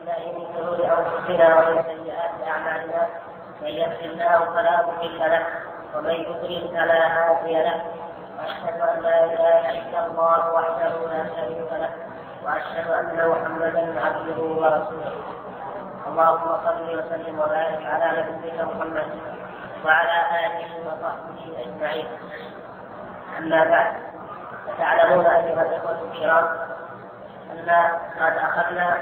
بالله من شرور أنفسنا ومن سيئات أعمالنا، من يهده الله فلا مضل له ومن يضلل فلا هادي له، وأشهد أن لا إله إلا الله وحده لا شريك له، وأشهد أن محمدا عبده ورسوله. اللهم صل وسلم وبارك على نبينا محمد وعلى آله وصحبه أجمعين. أما بعد، فتعلمون أيها الإخوة الكرام أن قد أخذنا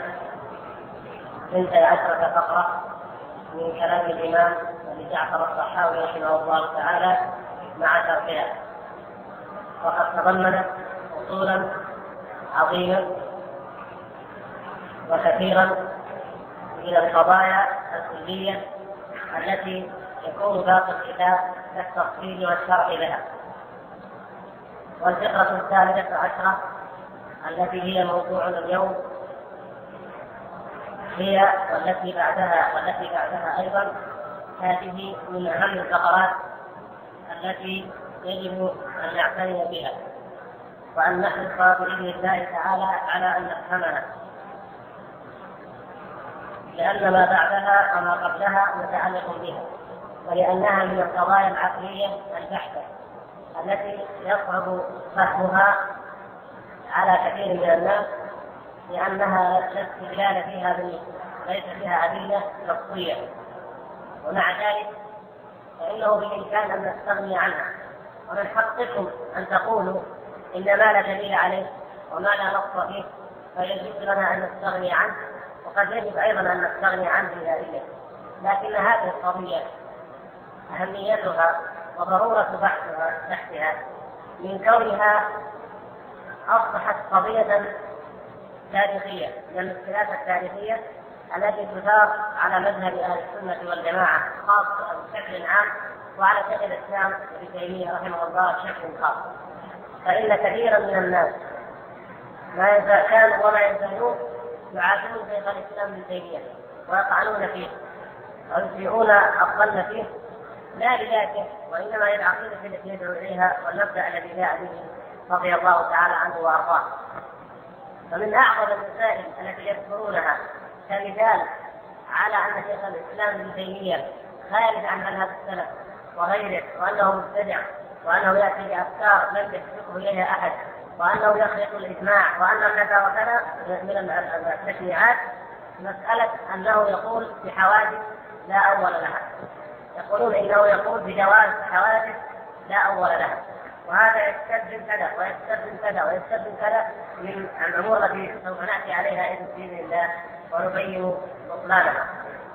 12 فقرة من كلام الإمام أبي جعفر الطحاوي رحمه الله تعالى مع شرحها، وقد تضمنت أصولا عظيمة وكثيرا من القضايا الكلية التي يكون باقي الكتاب كالتفصيل والشرح لها. والفقرة 13 التي هي موضوعنا اليوم هي والتي بعدها أيضا، هذه من أهم الفقرات التي يجب أن نعتني بها وأن نحرص بإذن الله تعالى على أن نفهمها، لأن ما بعدها وما قبلها متعلق بها، ولأنها من القضايا العقلية البحتة التي يصعب فهمها على كثير من الناس، لأنها لا استدلال فيها ليس فيها أدلة نصية، ومع ذلك فإنه بالإمكان أن نستغني عنها. ومن حقكم أن تقولوا إن ما لا دليل عليه وما لا نص فيه فيجب لنا أن نستغني عنه، وقد يجب أيضا أن نستغني عنه بذلك. لكن هذه القضية أهميتها وضرورة بحثها من كونها أصبحت قضية تاريخية من المشكلات التاريخية التي تثار على مذهب أهل السنة والجماعة خاصة بشكل عام، وعلى شيخ الإسلام ابن تيمية رحمه الله بشكل خاص. فإن كثيرا من الناس ما كانوا ولا يزالون يعادون شيخ الإسلام ابن تيمية ويطعنون فيه ويسيئون الظن فيه، لا لذاته وإنما للعقيدة التي يدعو إليها والمبدأ الذي جاء به رضي الله تعالى عنه وأرضاه. فمن أعظم المسائل التي يذكرونها كمثال على أن شيخ الإسلام ابن تيمية خارج عن مذهب السلف وغيره، وأنه مبتدع، وأنه يأتي بأفكار لم يسبقه إليها أحد، وأنه يخلق الإجماع، وأن كذا وكذا من التشريعات، مسألة أنه يقول بحوادث لا أول لها. يقولون إنه يقول بجواز حوادث لا أول لها، وهذا يستلزم كذا ويستلزم كذا ويستلزم كذا من الأمور التي سوف نأتي عليها بإذن الله ونبين بطلانها.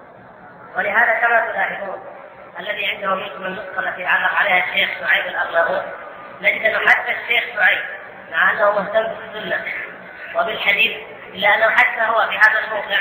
ولهذا كما تلاحظون الذي عنده منكم النسخة التي علق عليها الشيخ شعيب الأرناؤوط، نجد أنه حتى الشيخ شعيب مع أنه مهتم بالسنة وبالحديث، إلا أنه حتى هو في هذا الموقع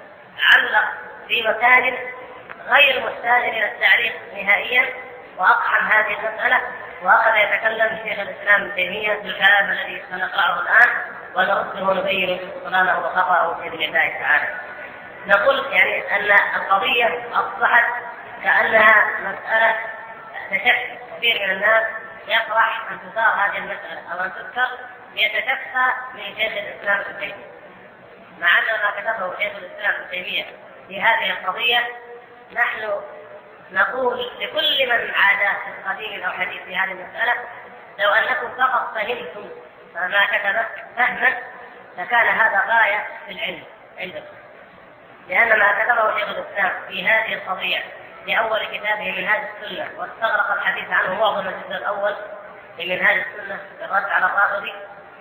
علق في مكان غير محتاج إلى التعليق نهائيا، وأقحم هذه المسألة، وأخذ يتكلم شيخ الإسلام ابن تيمية بالكلام الذي سنقرأه الآن ونرده ونبين ضلاله وخطأه بإذن الله تعالى. نقول يعني أن القضية أصبحت كأنها مسألة تشكك. كثير من الناس يفرح أن تثار هذه المسألة أو أن تذكر ليتشفى من شيخ الإسلام ابن تيمية، مع أن ما كتبه شيخ الإسلام ابن تيمية في هذه القضية نحن نقول لكل من عاداه في قديم أو حديث في هذه المسألة، لو أنكم فقط فهمتم ما كتبه فهما لكان هذا غاية في العلم عندكم، لأن ما كتبه شيخ الإسلام في هذه القضية لأول كتابه منهاج السنة، واستغرق الحديث عنه معظم الجزء الأول من منهاج السنة بالرد على الرافضي،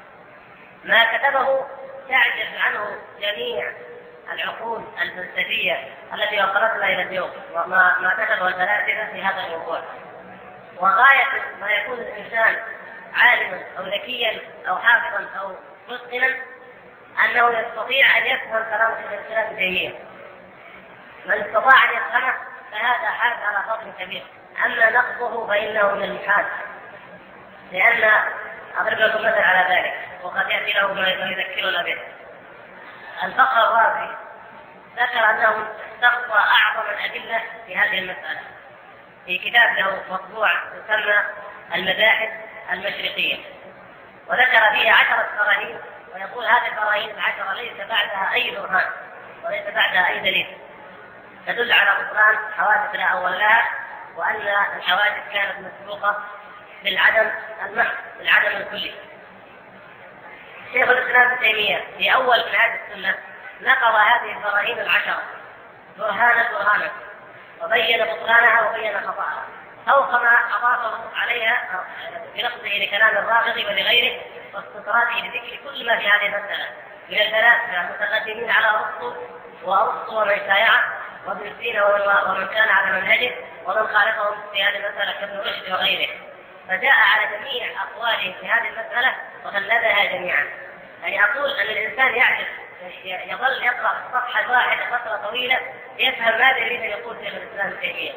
ما كتبه تعجز عنه جميع العقول الفلسفية التي وصلتنا إلى اليوم، وما كتبه الفلاسفة في هذا الموضوع. وغاية ما يكون الإنسان عالما أو ذكيا أو حافظا أو متقنا أنه يستطيع أن يفهم كلام شيخ الإسلام ابن تيمية. من استطاع أن يفهمه فهذا حاز على فضل كبير، أما نقضه فإنه من المحال. لأن أضرب لكم مثل على ذلك وقد يأتي له ما يذكرنا به. الفقر الرازي ذكر أنه استقصى أعظم الأدلة في هذه المسألة في كتاب له مطبوع يسمى المباحث المشرقية، وذكر فيه 10 براهين، ويقول هذه البراهين ال10 ليس بعدها أي برهان وليس بعدها أي دليل تدل على بطلان حوادث لا أول لها، وأن الحوادث كانت مسبوقة بالعدم المحض، بالعدم الكلي. شيخ الإسلام ابن تيمية في أول من هذه السنة نقض هذه البراهين العشرة برهانا، وبين بطلانها وبين خطأها فوق ما أضافه عليها بنقضه لكلام الرافض ولغيره، واستطراده لذكر كل ما في هذه المسألة من الفلاسفة المتقدمين على أرسطو ومن شايعه، وابن سينا ومن كان على منهجه، ومن خالفهم في هذه المسألة كابن رشد وغيره، فجاء على جميع أقواله في هذه المسألة وخلدها جميعا. يعني أقول أن الإنسان يعجز يظل يقرأ صفحة واحدة فترة طويلة يفهم ماذا يريد أن يقول شيخ الإسلام ابن تيمية.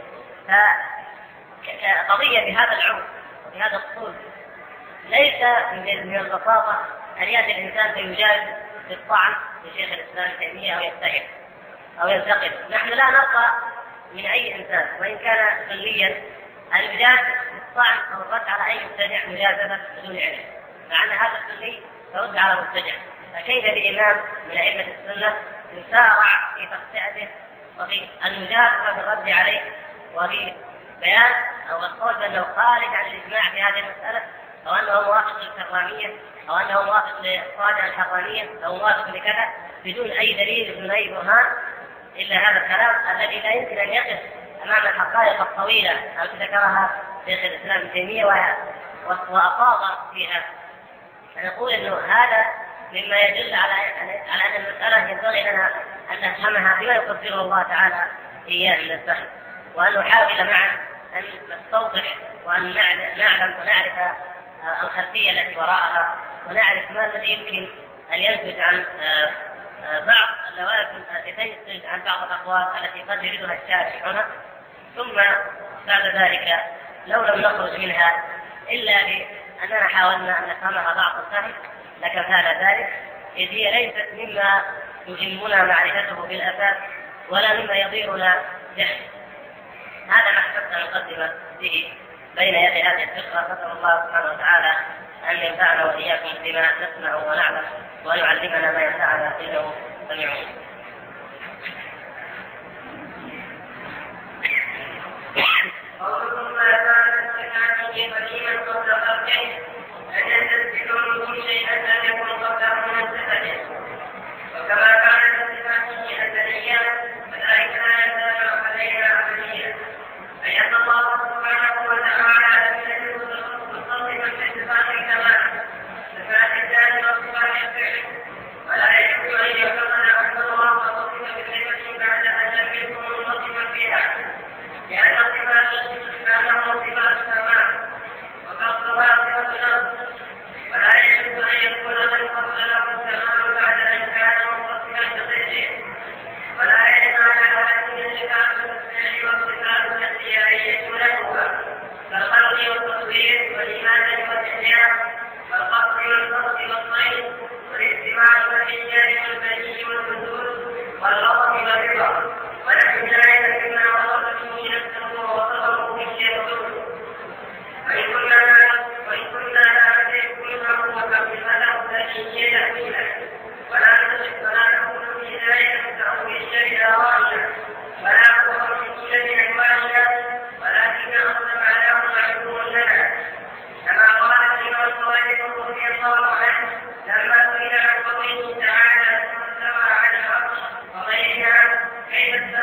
فقضية بهذا العمق وبهذا الطول ليس من البساطة أن يأتي الإنسان فيجادل بالطعن لشيخ الإسلام ابن تيمية أو يستحق أو ينتقد. نحن لا نرضى من أي إنسان وإن كان سنيا أن يجادل بالطعن أو الرد على أي مبتدع مجازفة بدون علم، مع أن هذا السني يرد على مبتدع، فكيف بإمام من أئمة السنة يسارع في تخطئته وفي المجازفة بالرد عليه وفي بيان أو القول بأنه خارج عن الإجماع في هذه المسألة، أو أنه موافق للكرامية، أو أنه موافق للصادع الحرانية، أو موافق لكذا بدون أي دليل بدون أي برهان، إلا هذا الكلام الذي لا يمكن أن يقف أمام الحقائق الطويلة التي ذكرها شيخ الإسلام ابن تيمية وأفاض فيها. فنقول أنه هذا مما يدل على أن المسألة ينبغي لنا أن نفهمها بما يقدره الله تعالى إياه من الفهم، وأن نحاول معا أن نستوضح وأن نعلم ونعرف الخلفية التي وراءها، ونعرف ما الذي يمكن أن ينتج عن بعض اللوازم التي تنتج عن بعض الأقوال التي قد يريدها الشارع هنا. ثم بعد ذلك لو لم نخرج منها إلا لأننا حاولنا أن نفهمها بعض الفهم لكفانا ذلك، إذ هي ليست مما يهمنا معرفته بالأساس ولا مما يضيرنا جهل. هذا ما حدثنا نقدم به بين يدي هذه الفقرة. نسأل الله سبحانه وتعالى أن ينفعنا وإياكم بما نسمع ونعلم، وأن يعلمنا ما ينفعنا إنه سميع. قولكم ما كانت استثناء قديما قبل خلقه أن يستثنوا من كل شيء لم يكن قبله من صفته، وكما كانت استثناء أزليا فذلك لا يزال علينا أبديا، أي أن الله سبحانه وتعالى لم يكن متصفا بصفات الكمال صفات الذات وصفات الفعل، ولا يجوز أن يحكم أن الله وصف بصفة بعد أن لم يكن منصفا فيها، لأن صفات سبحانه صفات السماء وفصلها صفات الأرض، ولا يجوز أن يكون من فصل له السماء بعد أن كان منصفا بغيره، ولا يجوز على أحد من صفات الفعل والصفات الاختيارية لهما كالخلق والتصوير والإماتة والإحياء والقصد والفصل والصيد والاستماع والإنجاز والبني والنزول والغضب والرضا ونحو ذلك مما وصفه نفسه ووصفه به رسوله. وإن كنا لا ندرك منه وكفته فإن تأويله ولا نقول في ذلك تأويل الشيء راجع ولا هو من شيء عنواننا، ولكن أصل معناه معلوم لنا، كما قال الإمام الخوارج رضي الله عنه لما سئل عن قوله تعالى ثم استوى على العرش وغيرها كيف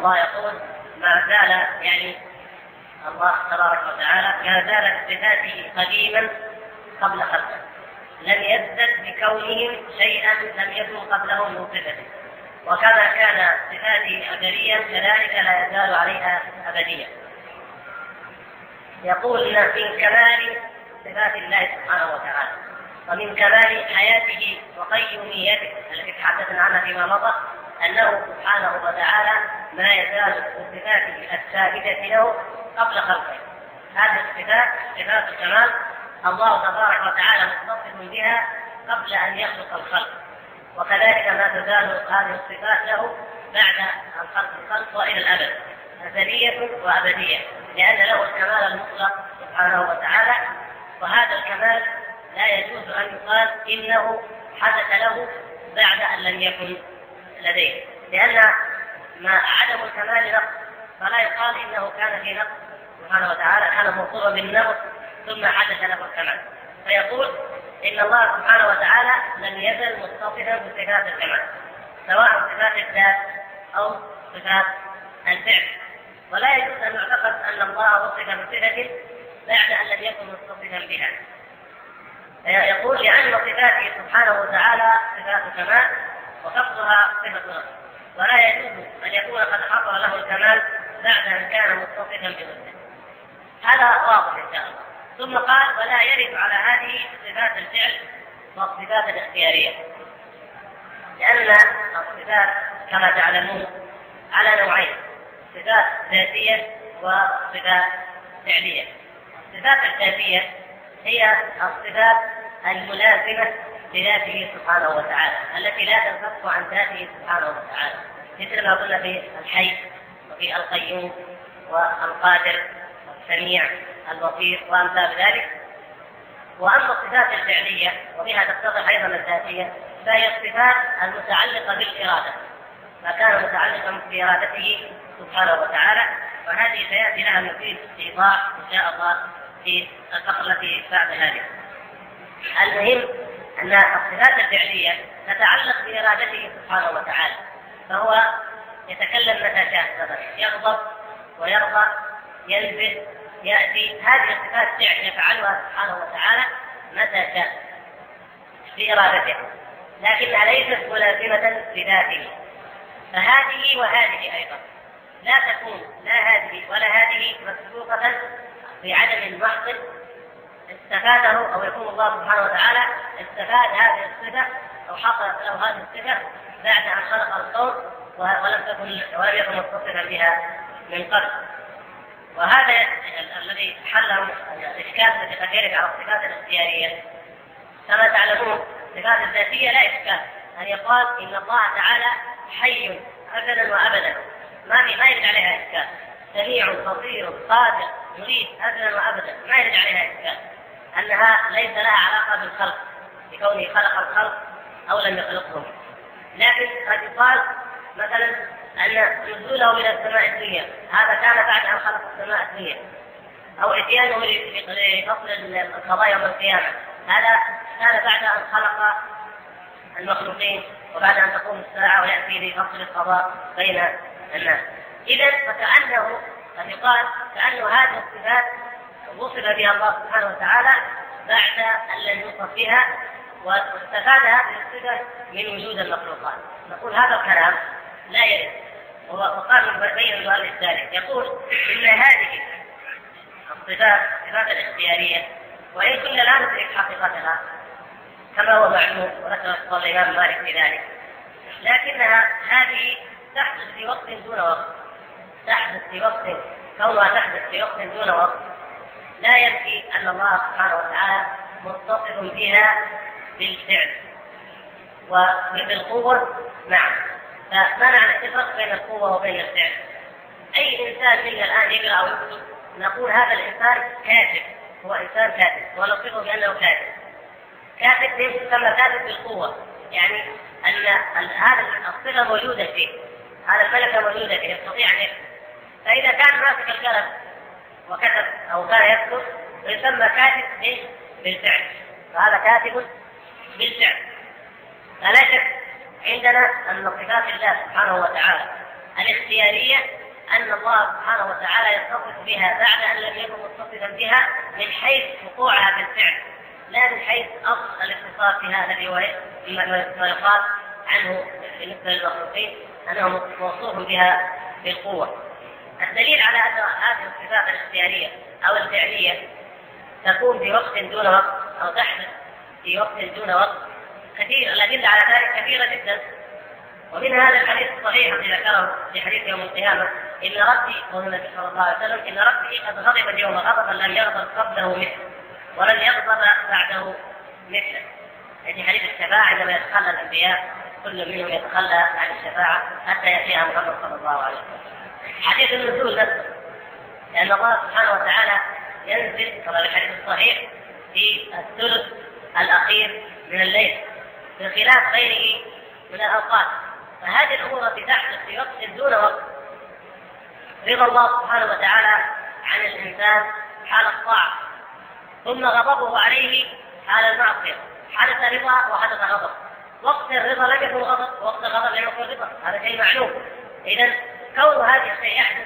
الله يقول: ما زال يعني الله تبارك وتعالى ما زالت صفاته قديما قبل خلقه، لم يزدد بكونهم شيئا لم يكن قبله من صفته، وكما كان صفاته أبديا كذلك لا يزال عليها أبديا. يقول إن من كمال صفات الله سبحانه وتعالى ومن كمال حياته وقيوميته التي تحدثنا عنها فيما مضى أنه سبحانه وتعالى ما يزال بصفاته الثابتة له قبل خلقه. هذه الصفات صفات الكمال الله تبارك وتعالى متصف بها قبل أن يخلق الخلق، وكذلك ما تزال هذه الصفات له بعد أن خلق الخلق وإلى الأبد، أزلية وأبدية، لأن له الكمال المطلق سبحانه وتعالى. وهذا الكمال لا يجوز أن يقال إنه حدث له بعد أن لم يكن لديه، لأن ما عدم الكمال نقص، فلا يقال إنه كان في نقص سبحانه وتعالى، كان موصوفا بالنقص ثم حدث له الكمال، فيقول إن الله سبحانه وتعالى لم يزل متصفا بصفات الكمال سواء صفات الذات أو صفات الفعل، ولا يجوز أن يعتقد أن الله وصف بصفة بعد أن لم يكن متصفا بها. يقول لأن صفاته سبحانه وتعالى صفات كمال وفقدها صفة نقص، ولا يجوز أن يكون قد حصل له الكمال بعد أن كان متصفا بنفسه. هذا واضح إن شاء الله. ثم قال: ولا يرد على هذه صفات الفعل والصفات الاختيارية، لأن الصفات كما تعلمون على نوعين: صفات ذاتية وصفات فعلية. الصفات الذاتية هي الصفات الملازمة لذاته سبحانه وتعالى التي لا تنفك عن ذاته سبحانه وتعالى، مثل ما قلنا في الحي وفي القيوم والقادر والسميع البصير وأمثال ذلك. وأما الصفات الفعلية وبها تتضح أيضا الذاتية فهي الصفات المتعلقة بالإرادة، ما كان متعلقا بإرادته سبحانه وتعالى، وهذه سيأتي لها مزيد إيضاح إن شاء الله في الفقرة التي بعد هذه. المهم أن الصفات الفعلية تتعلق بإرادته سبحانه وتعالى، فهو يتكلم متى شاء، يغضب ويرضى، ينزل، يأتي، هذه الصفات فعل يفعلها سبحانه وتعالى متى شاء بإرادته، لكنها ليست ملازمة لذاته. فهذه وهذه أيضا لا تكون لا هذه ولا هذه مسبوقة بعدم محض استفاده، أو يكون الله سبحانه وتعالى استفاد هذه الصفة أو حصلت له هذه الصفة بعد أن خلق الكون ولم يكن متصفا بها من قبل. وهذا الذي حله الإشكال في تفكيرك على الصفات الاختيارية. كما تعلمون الصفات الذاتية لا إشكال أن يقال إن الله تعالى حي أبدا وأبدا، ما يرد عليها إشكال، سميع بصير قادر يريد أبدا وأبدا، ما يرد عليها إشكال، أنها ليس لها علاقة بالخلق بكونه خلق الخلق أو لم يخلقهم. لكن قد يقال مثلا أن نزوله إلى السماء الدنيا هذا كان بعد أن خلق السماء الدنيا، أو إتيانه لفصل القضاء يوم القيامة هذا كان بعد أن خلق المخلوقين وبعد أن تقوم الساعة ويأتي لفصل القضاء بين الناس. إذن فكأنه قد يقال كأنه هذه الصفات وصف بها الله سبحانه وتعالى بعد أن لم يوصف بها، واستفاد هذه الصفة من وجود المخلوقات. نقول هذا الكلام لا يرد. وقال بين المؤلف ذلك، يقول إن هذه الصفات صفات الاختيارية وإن كنا لا ندرك حقيقتها كما هو معلوم وذكر قول الإمام مالك في ذلك، لكنها هذه تحدث في وقت دون وقت، تحدث في وقت، كونها تحدث في وقت دون وقت لا ينفي أن الله سبحانه وتعالى متصف بها بالفعل وبالقوة. نعم، فما معنى الفرق بين القوة وبين الفعل؟ أي إنسان منا الآن يقرأ أو يكتب نقول هذا الإنسان كاتب، هو إنسان كاتب ونصفه بأنه كاتب. كاتب يسمى كاتب بالقوة، يعني أن هذا الصفة موجودة فيه، هذا الملكة موجودة فيه، يستطيع أن يكتب. فإذا كان ماسك القلم وكتب أو كان يكتب يسمى كاتب بالفعل، فهذا كاتب بالفعل. فلا شك عندنا أن صفات الله سبحانه وتعالى الاختيارية أن الله سبحانه وتعالى يتصف بها بعد أن لم يكن متصفا بها من حيث وقوعها في الفعل، لا من حيث أصل الاتصاف بها الذي هو ما يقال عنه بالنسبة للمخلوقين أنه موصوف بها بالقوة. الدليل على أن هذه الصفات الاختيارية أو الفعلية تكون في وقت دون وقت أو تحدث في وقت دون وقت كثير، الأدلة على ذلك كثيرة جدا. ومن هذا الحديث الصحيح الذي ذكره في حديث يوم القيامة: إن ربي، قول النبي صلى الله عليه وسلم: إن ربي قد غضب اليوم غضبا لم يغضب قبله مثله ولن يغضب بعده مثله. في حديث الشفاعة عندما يتخلى الأنبياء كل منهم يتخلى عن الشفاعة حتى يأتيها محمد صلى الله عليه وسلم. حديث النزول نفسه، لأن الله سبحانه وتعالى ينزل كما في الحديث الصحيح في الثلث الأخير من الليل بخلاف غيره من الأوقات. فهذه الأمور التي تحدث في وقت دون وقت رضا الله سبحانه وتعالى عن الإنسان حال الطاعة، ثم غضبه عليه حال المعصية. حدث رضا وحدث غضب، وقت الرضا لم يكن غضب ووقت الغضب لم يكن رضا، هذا شيء معلوم. إذن كون هذا الشيء يحدث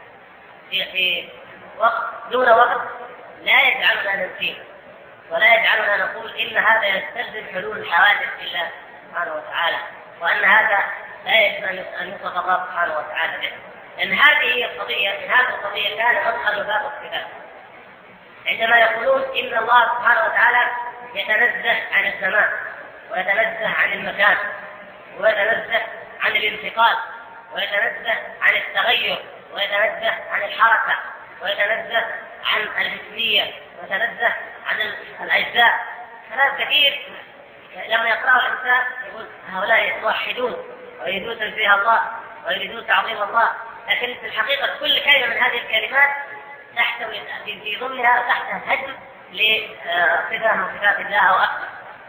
في وقت دون وقت لا يجعلنا ننسيه ولا يجعلنا نقول إن هذا يستلزم حلول الحوادث لله سبحانه وتعالى، وأن هذا لا يجب أن يوصف الله سبحانه وتعالى به. لأن هذه هي القضية، من هذه القضية كان مدخل باب الصفات، عندما يقولون إن الله سبحانه وتعالى يتنزه عن الزمان ويتنزه عن المكان ويتنزه عن الانتقال ويتنزه عن التغير ويتنزه عن الحركة ويتنزه عن الجسمية ويتنزه عن الأجزاء. كلام كثير لما يقرأه الإنسان يقول هؤلاء يوحدون ويريدون تنزيه الله ويريدون تعظيم الله، لكن في الحقيقة كل كلمة من هذه الكلمات تحتوي في ضمنها تحتها هدم لصفة من صفات الله أو أكثر.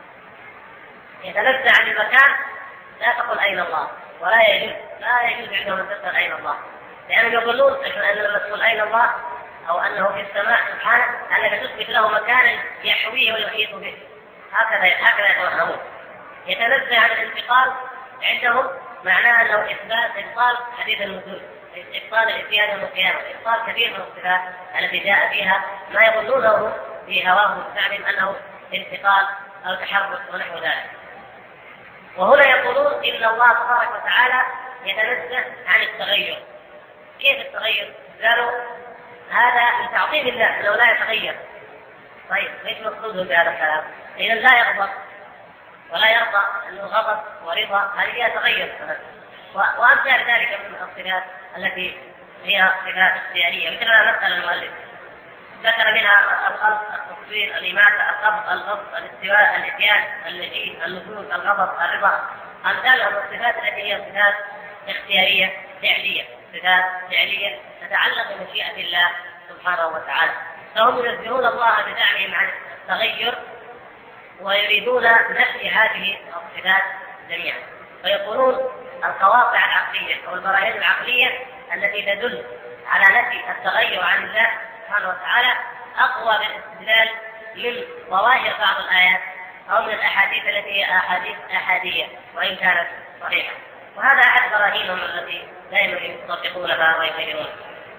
يتنزه عن المكان، لا تقل أين الله، ولا يجوز عندهم أن تسأل أين الله، لأنهم يقولون أن لما تقول أين الله أو أنه في السماء سبحانه أنك تثبت له مكانا يحويه ويحيط به، هكذا يتوهمون. يتنزه عن الانتقال عندهم معناه أنه إثبات إبطال حديث النزول، إبطال الإتيان يوم القيامة، إبطال كثير من الصفات التي جاء فيها ما يظنونه في هواهم المستعلم أنه انتقال أو تحرك ونحو ذلك. وهنا يقولون إن الله تبارك وتعالى يتنزه عن التغير. كيف التغير؟ قالوا هذا من تعظيم الله لو لا يتغير. طيب ليش مقصوده بهذا الكلام؟ إذا لا يغضب ولا يرضى أنه غضب ورضا هذه فيها تغير، وأمثال ذلك من الصفات التي هي صفات اختيارية، مثل ما مثل المؤلف ذكر منها الخلق، التصوير، الإماتة، القبض، الغضب، الاستواء، الإتيان، المجيء، النزول، الغضب، الرضا. أمثالها من الصفات التي هي صفات اختيارية فعلية، صفات فعلية تتعلق بمشيئة الله سبحانه وتعالى. فهم ينزهون الله بزعمهم عن التغير ويريدون نفي هذه الصفات جميعا، فيقولون القواطع العقلية أو البراهين العقلية التي تدل على نفي التغير عن الله سبحانه وتعالى أقوى بالاستدلال من ظواهر بعض الآيات أو من الأحاديث التي هي أحاديث أحادية وإن كانت صحيحة. وهذا أحد براهينهم التي دائما يطبقونها ويغيرون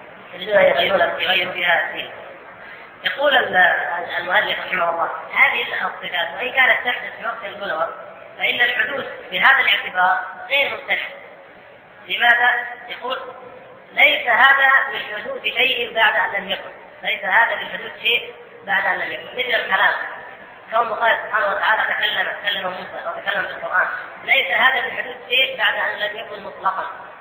يغيرون فيها الدين. يقول المؤلف رحمه الله هذه الصفات وإن كانت تحدث في وقت دون وقت فإن الحدوث بهذا الاعتبار غير ممتنع. لماذا؟ يقول ليس هذا من حدوث شيء بعد أن لم يكن، ليس هذا من حدوث شيء بعد أن لم يكن، مثل الكلام كون الله سبحانه وتعالى تكلم موسى أو تكلم بالقرآن، ليس هذا من حدوث شيء بعد أن لم يكن مطلقا،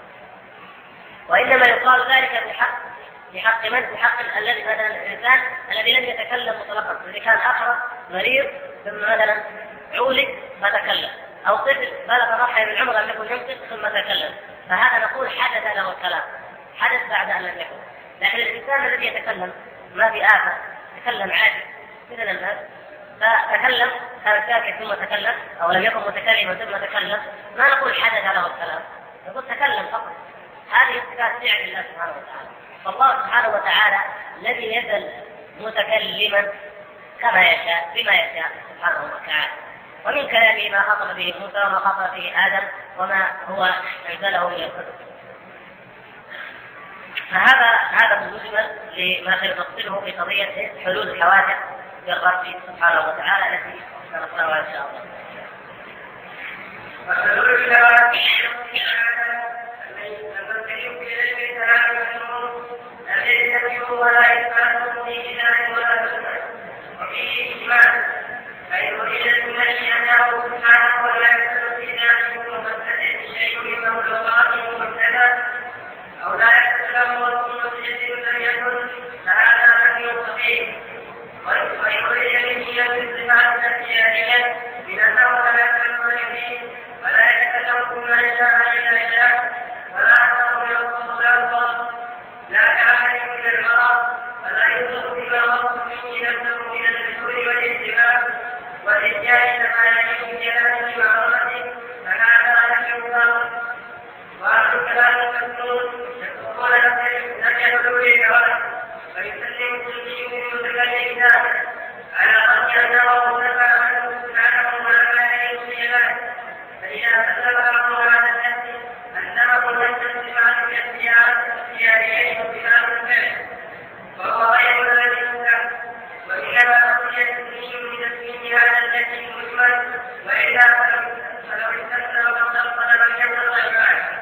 وإنما يقال ذلك بحق من؟ بحق الذي مثلا الإنسان الذي لم يتكلم مطلقا، الذي كان آخر مريض ثم مثلا عولج فتكلم، أو طفل بلغ مرحلة من العمر لم يكن ينطق ثم تكلم، فهذا نقول حدث له الكلام، حدث بعد أن لم يكن. لكن الإنسان الذي يتكلم ما في آفة، تكلم عادي مثل الناس، فتكلم كان ساكت ثم تكلم أو لم يكن متكلما ثم تكلم، ما نقول حدث له الكلام، نقول تكلم فقط. هذه صفات فعل الله سبحانه وتعالى. فالله سبحانه وتعالى الذي يزل متكلما كما يشاء بما يشاء سبحانه وتعالى، ومن كلامه ما خاطب به موسى وما خاطب به آدم وما هو أنزله من الكتب. فهذا مجمل لما سيفصله في قضية حلول الحوادث بالرب سبحانه وتعالى التي سنقرأها إن شاء الله. وحلول الحوادث ولا يفعل في إله ولا سنة وفيه إجماع أي وإذا المشي أنه سبحانه ولا يفعل في ذاته ومبتدئ شيء من مخلوقاته مبتدأ أو لا يتكلم ويكون يجب لم يكن فهذا نفي صحيح. ويخرج من هي الصفات الاختيارية من أنه لا يتكلم يمين ولا يتكلم كما يشاء إلا يشاء ولا أنه يوصف الألفاظ لا كعمل من المرض ولا يوصف بما وصف به نفسه من الجسور والاهتمام والإتيان كما يجب جلاله معرفته فهذا لم يوصف. وأهل الكلام المسنون يقول لم يدعو للجواز ويسلم كل شيء من متكلم على قد أنه نفع عنه سبحانه ولا يوصي له. فإذا سلم أمره على النفس أنه لم تسلم عن الاختياريين وصفات الفعل وهو غير الذي يمكن وإنما أخرج تسليم بتسليم هذا الجسم المجمل وإلا فلو استسلم فقد لم يبلغ المعنى.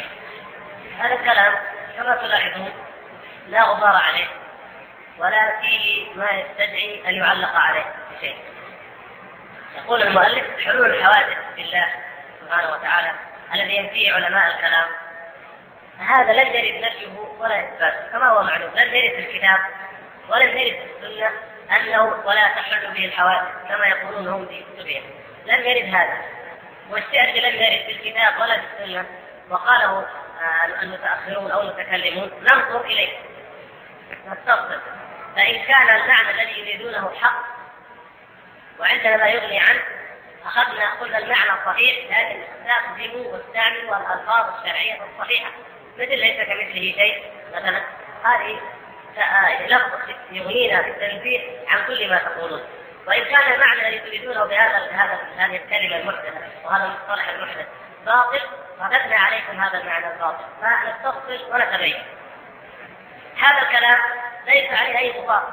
هذا الكلام كما تلاحظون لا غبار عليه ولا فيه ما يستدعي أن يعلق عليه بشيء. يقول المؤلف حلول الحوادث بالله سبحانه وتعالى الذي ينفيه علماء الكلام هذا لم يرد نفيه ولا إثبات كما هو معلوم، لم يرد في الكتاب ولم يرد في السنة أنه ولا تحل به الحوادث كما يقولون هم في كتبهم، لم يرد هذا. والشيء الذي لم يرد في الكتاب ولا في السنة وقاله المتأخرون أو المتكلمون ننظر إليه نستفسر، فإن كان المعنى الذي يريدونه حق وعندنا لا يغني عنه أخذنا قلنا المعنى الصحيح لكن نستخدم واستعمل الألفاظ الشرعية الصحيحة مثل ليس كمثله شيء مثلا، هذه لفظ يغنينا بالتنبيه عن كل ما تقولون. وإن كان المعنى الذي تريدونه هذه الكلمة المحدثة وهذا المصطلح المحدث باطل رددنا عليكم هذا المعنى الباطل فنستفصل ونتبين. هذا الكلام ليس عليه أي غبار.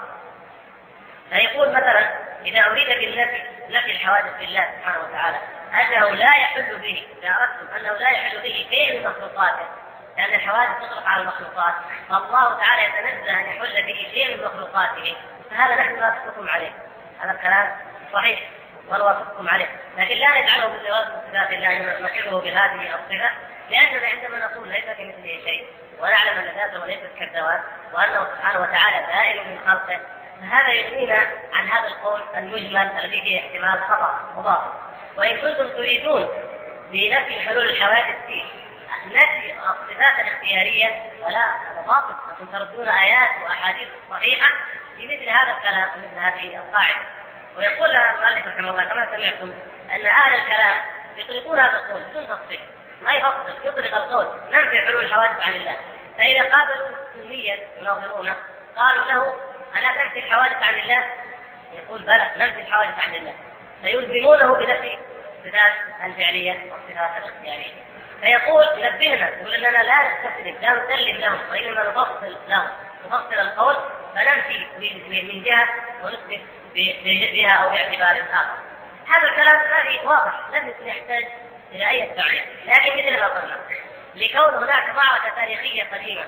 فيقول مثلا إذا أريد بالنفي نفي الحوادث بالله سبحانه وتعالى أنه لا يحل به، إذا أردتم أنه لا يحل به شيء من مخلوقاته لأن الحوادث تطلق على المخلوقات فالله تعالى يتنزه أن يحل به شيء من مخلوقاته فهذا نحن لا نتفقكم عليه. هذا الكلام صحيح ونوافقكم عليه، لكن لا نجعله من لوازم صفات الله نقره بهذه الصفة، لأننا عندما نقول ليس كمثله شيء ونعلم أن ذاته ليست كالذوات وأنه سبحانه وتعالى بائن من خلقه فهذا يغنينا عن هذا القول المجمل الذي فيه احتمال خطأ وباطل. وإن كنتم تريدون بنفي حلول الحوادث فيه نفي الصفات الاختيارية فلا هذا باطل، أنتم تردون آيات وأحاديث صحيحة في مثل هذا الكلام ومثل هذه القاعدة. ويقول المؤلف رحمه الله كما سمعتم أن أهل الكلام يطلقون هذا القول بدون تفصيل، ما يفصل يطلق القول ننفي حلول الحوادث عن الله. فإذا قابلوا سنيا يناظرونه قالوا له ألا ننفي الحوادث عن الله؟ يقول بلى ننفي الحوادث عن الله، فيلزمونه بنفي الصفات الفعلية والصفات الاختيارية. فيقول نبهنا يقول أننا لا نستسلم لا نسلم لهم وإنما نفصل لهم نفصل القول فننفي من جهة ونثبت بها أو باعتبار آخر. هذا الكلام واضح لم يحتاج إلى أي تعليق، لكن مثل ما قلنا لكون هناك معركة تاريخية قديمة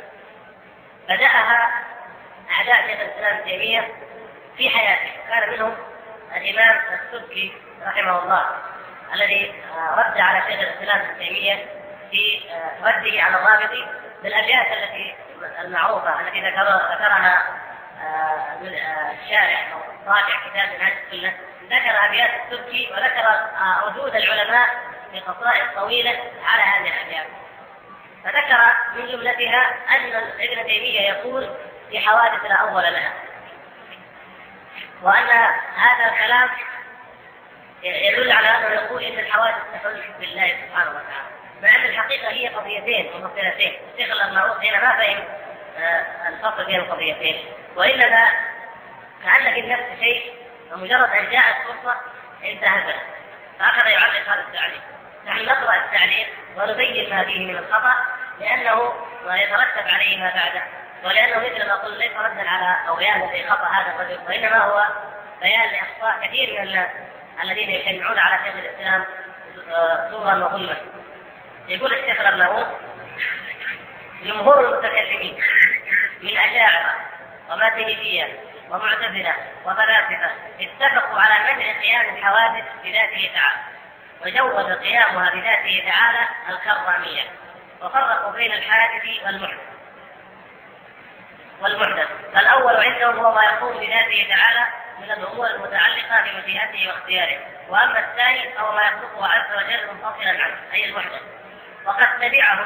بدأها أعداء شيخ الإسلام ابن تيمية في حياته، كان منهم الإمام السبكي رحمه الله الذي رد على شيخ الإسلام ابن تيمية في رده على الرافضي بالأبيات التي المعروفة التي ذكرها الشارع أو راجع كتاب منهاج السنة، ذكر أبيات السبكي وذكر ردود العلماء في قصائد طويلة على هذه الأبيات، فذكر من جملتها أن ابن تيمية يقول في حوادث لا أول لها، وأن هذا الكلام يدل على أنه يقول إن الحوادث تحل بالله سبحانه وتعالى، مع أن الحقيقة هي قضيتين ومختلفتين. الشيخ المعروف هنا ما فهم الفصل بين القضيتين، وإنما كأن في النفس شيء ومجرد أن جاءت فرصة انتهزها فأخذ يعلق هذا التعليق. نحن نقرأ التعليق ونبين ما فيه من الخطأ لأنه ويترتب عليه ما بعده، ولأنه مثل ما قلت ليس ردا على أو بيانا لخطأ هذا الرجل، وإنما هو بيان لأخطاء كثير من الناس الذين يجتمعون على شيخ الإسلام صورا وظلما. يقول الشيخ الأرناؤوط: جمهور المتكلمين من أشاعرة وماتريدية ومعتزلة وفلاسفة اتفقوا على منع قيام الحوادث بذاته تعالى، وجوز قيامها بذاته تعالى الكرامية، وفرقوا بين الحادث والمحدث. فالأول عندهم هو ما يقوم بذاته تعالى من الأمور المتعلقة بمشيئته واختياره، وأما الثاني فهو ما يخلقه عز وجل منفصلا عنه أي المحدث. وقد تبعه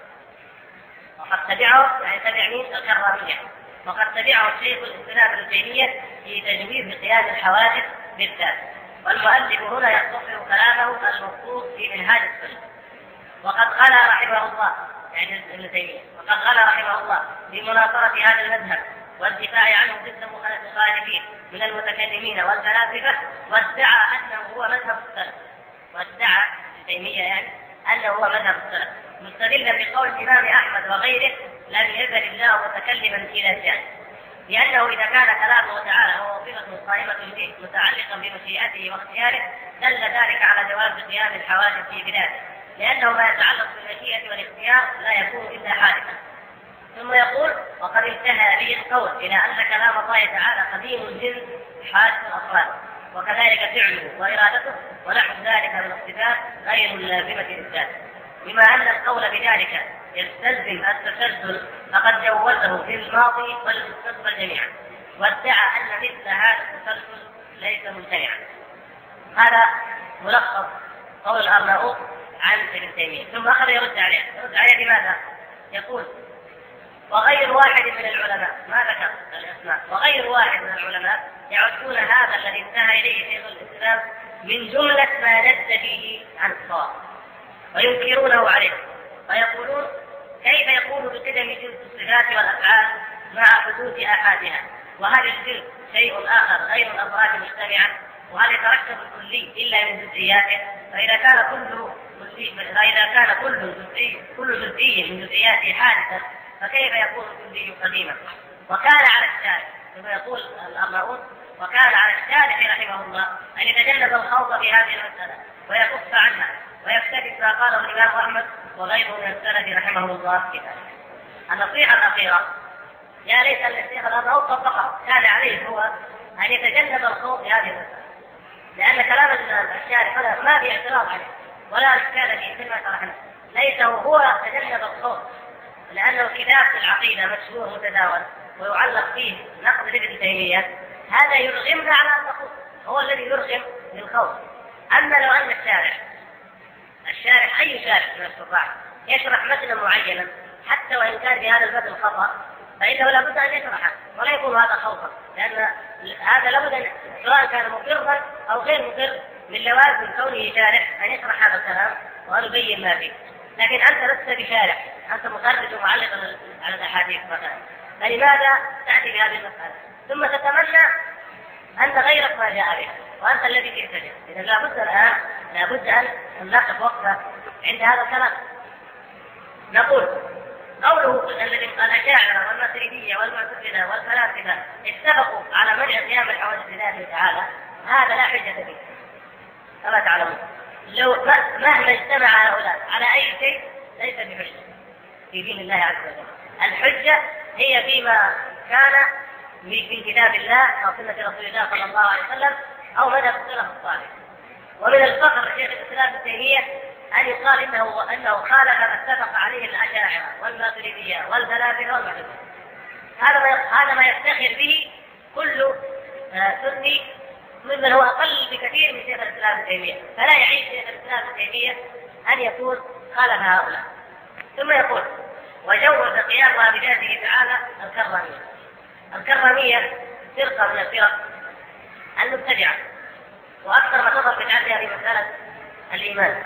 يعني تبع مين؟ الكرامية. وقد تبعه الشيخ الإسلام ابن تيمية في تجويز قيام الحوادث بالذات، والمؤلف هنا يختصر كلامه المخصوص في منهاج السنة. وقد غلا رحمه الله يعني ابن تيمية رحمه الله بمناصرة هذا المذهب والدفاع عنه ضد المخالفين من المتكلمين والفلاسفة، وادعى أنه هو مذهب السلف. وادعى ابن تيمية يعني أنه هو مذهب السلف، مستدلا بقول الإمام أحمد وغيره: لم يزل الله متكلما إلى شأن، لأنه إذا كان كلامه تعالى هو صفة قائمة به متعلقا بمشيئته واختياره دل ذلك على جواز قيام الحوادث بذاته، لأنه ما يتعلق بالمشيئة والاختيار لا يكون إلا حادثا. ثم يقول: وقد انتهى به القول إلى أن كلام الله تعالى قديم الجنس حادث الأصوات، وكذلك فعله وإرادته ونحو ذلك من الصفات غير اللازمة للذات، بما أن القول بذلك يستلزم التسلسل فقد جوزه في الماضي والمستقبل جميعا، وادعى أن مثل هذا التسلسل ليس ممتنعا. هذا ملخص قول الأرناؤوط عن ابن تيمية. ثم أخذ يرد عليه بماذا؟ يقول: وغير واحد من العلماء، ما ذكر الأسماء، وغير واحد من العلماء يعدون هذا الذي انتهى إليه شيخ الإسلام من جملة ما ند فيه عن الصواب، وينكرونه عليه، ويقولون: كيف يكون بقدم جنس الصفات والأفعال مع حدوث آحادها؟ وهل الجنس شيء آخر غير الأفراد مجتمعا؟ وهل يتركب الكلي إلا من جزئياته؟ فإذا كان كل جزئي من جزئياته حادثا فكيف يكون الكلي قديما؟ وكان على الشارع، ثم يقول الأرناؤوط: وكان على الشارع رحمه الله أن يتجنب الخوض في هذه المسألة ويكف عنها ويكتفي ما قاله الإمام أحمد وغيره من السلف رحمه الله في ذلك. النصيحة الأخيرة: يا ليت الشيخ الأرناؤوط طبقه، كان عليه هو أن يتجنب الخوض في هذه المسألة، لأن كلام الشارع هذا ما في اعتراض عليه ولا إشكال فيه كما شرحنا، ليس هو تجنب الخوض، لأنه كتاب في العقيدة مشهور متداول ويعلق فيه نقد ابن تيمية، هذا يرغمنا على أن نخوض، هو الذي يرغم للخوض. أما لو أن الشارع أي شارع من الشراح يشرح متنا معينا حتى وإن كان في هذا المتن خطأ فإنه لابد أن يشرحه ولا يكون هذا خوفا، لأن هذا لابد سواء كان مقرا أو غير مقر من لوازم كونه شارح أن يشرح هذا الكلام وأن يبين ما فيه. لكن أنت لست بشارح، أنت مخرج ومعلق على الأحاديث مثلا، فلماذا تأتي بهذه المسألة ثم تتمنى أن غيرك ما جاء بها وأنت الذي تحتاجه؟ إذا لابد أن نقف وقفة عند هذا الكلام. نقول: قوله الذي الأشاعرة والماتريدية والمعتزلة والفلاسفة اتفقوا على منع قيام الحوادث لله تعالى، هذا لا حجة فيه كما تعلمون. لو مهما اجتمع هؤلاء على أي شيء ليس بحجة في دين الله عز وجل. الحجة هي فيما كان من كتاب الله أو سنة رسول الله صلى الله عليه وسلم أو مذهب السلف الصالح. ومن الفخر شيخ الإسلام ابن تيمية أن يقال إنه خالف ما اتفق عليه الأشاعرة والماتريدية والفلاسفة والمعتزلة. هذا ما يفتخر به كل سني ممن هو أقل بكثير من شيخ الإسلام ابن تيمية، فلا يعيش شيخ الإسلام ابن تيمية أن يكون خالف هؤلاء. ثم يقول: وجوز قيامها بذاته تعالى الكرامية فرقة من الفرق المبتدعة، وأكثر ما تظهر بدعتها في مسألة الإيمان،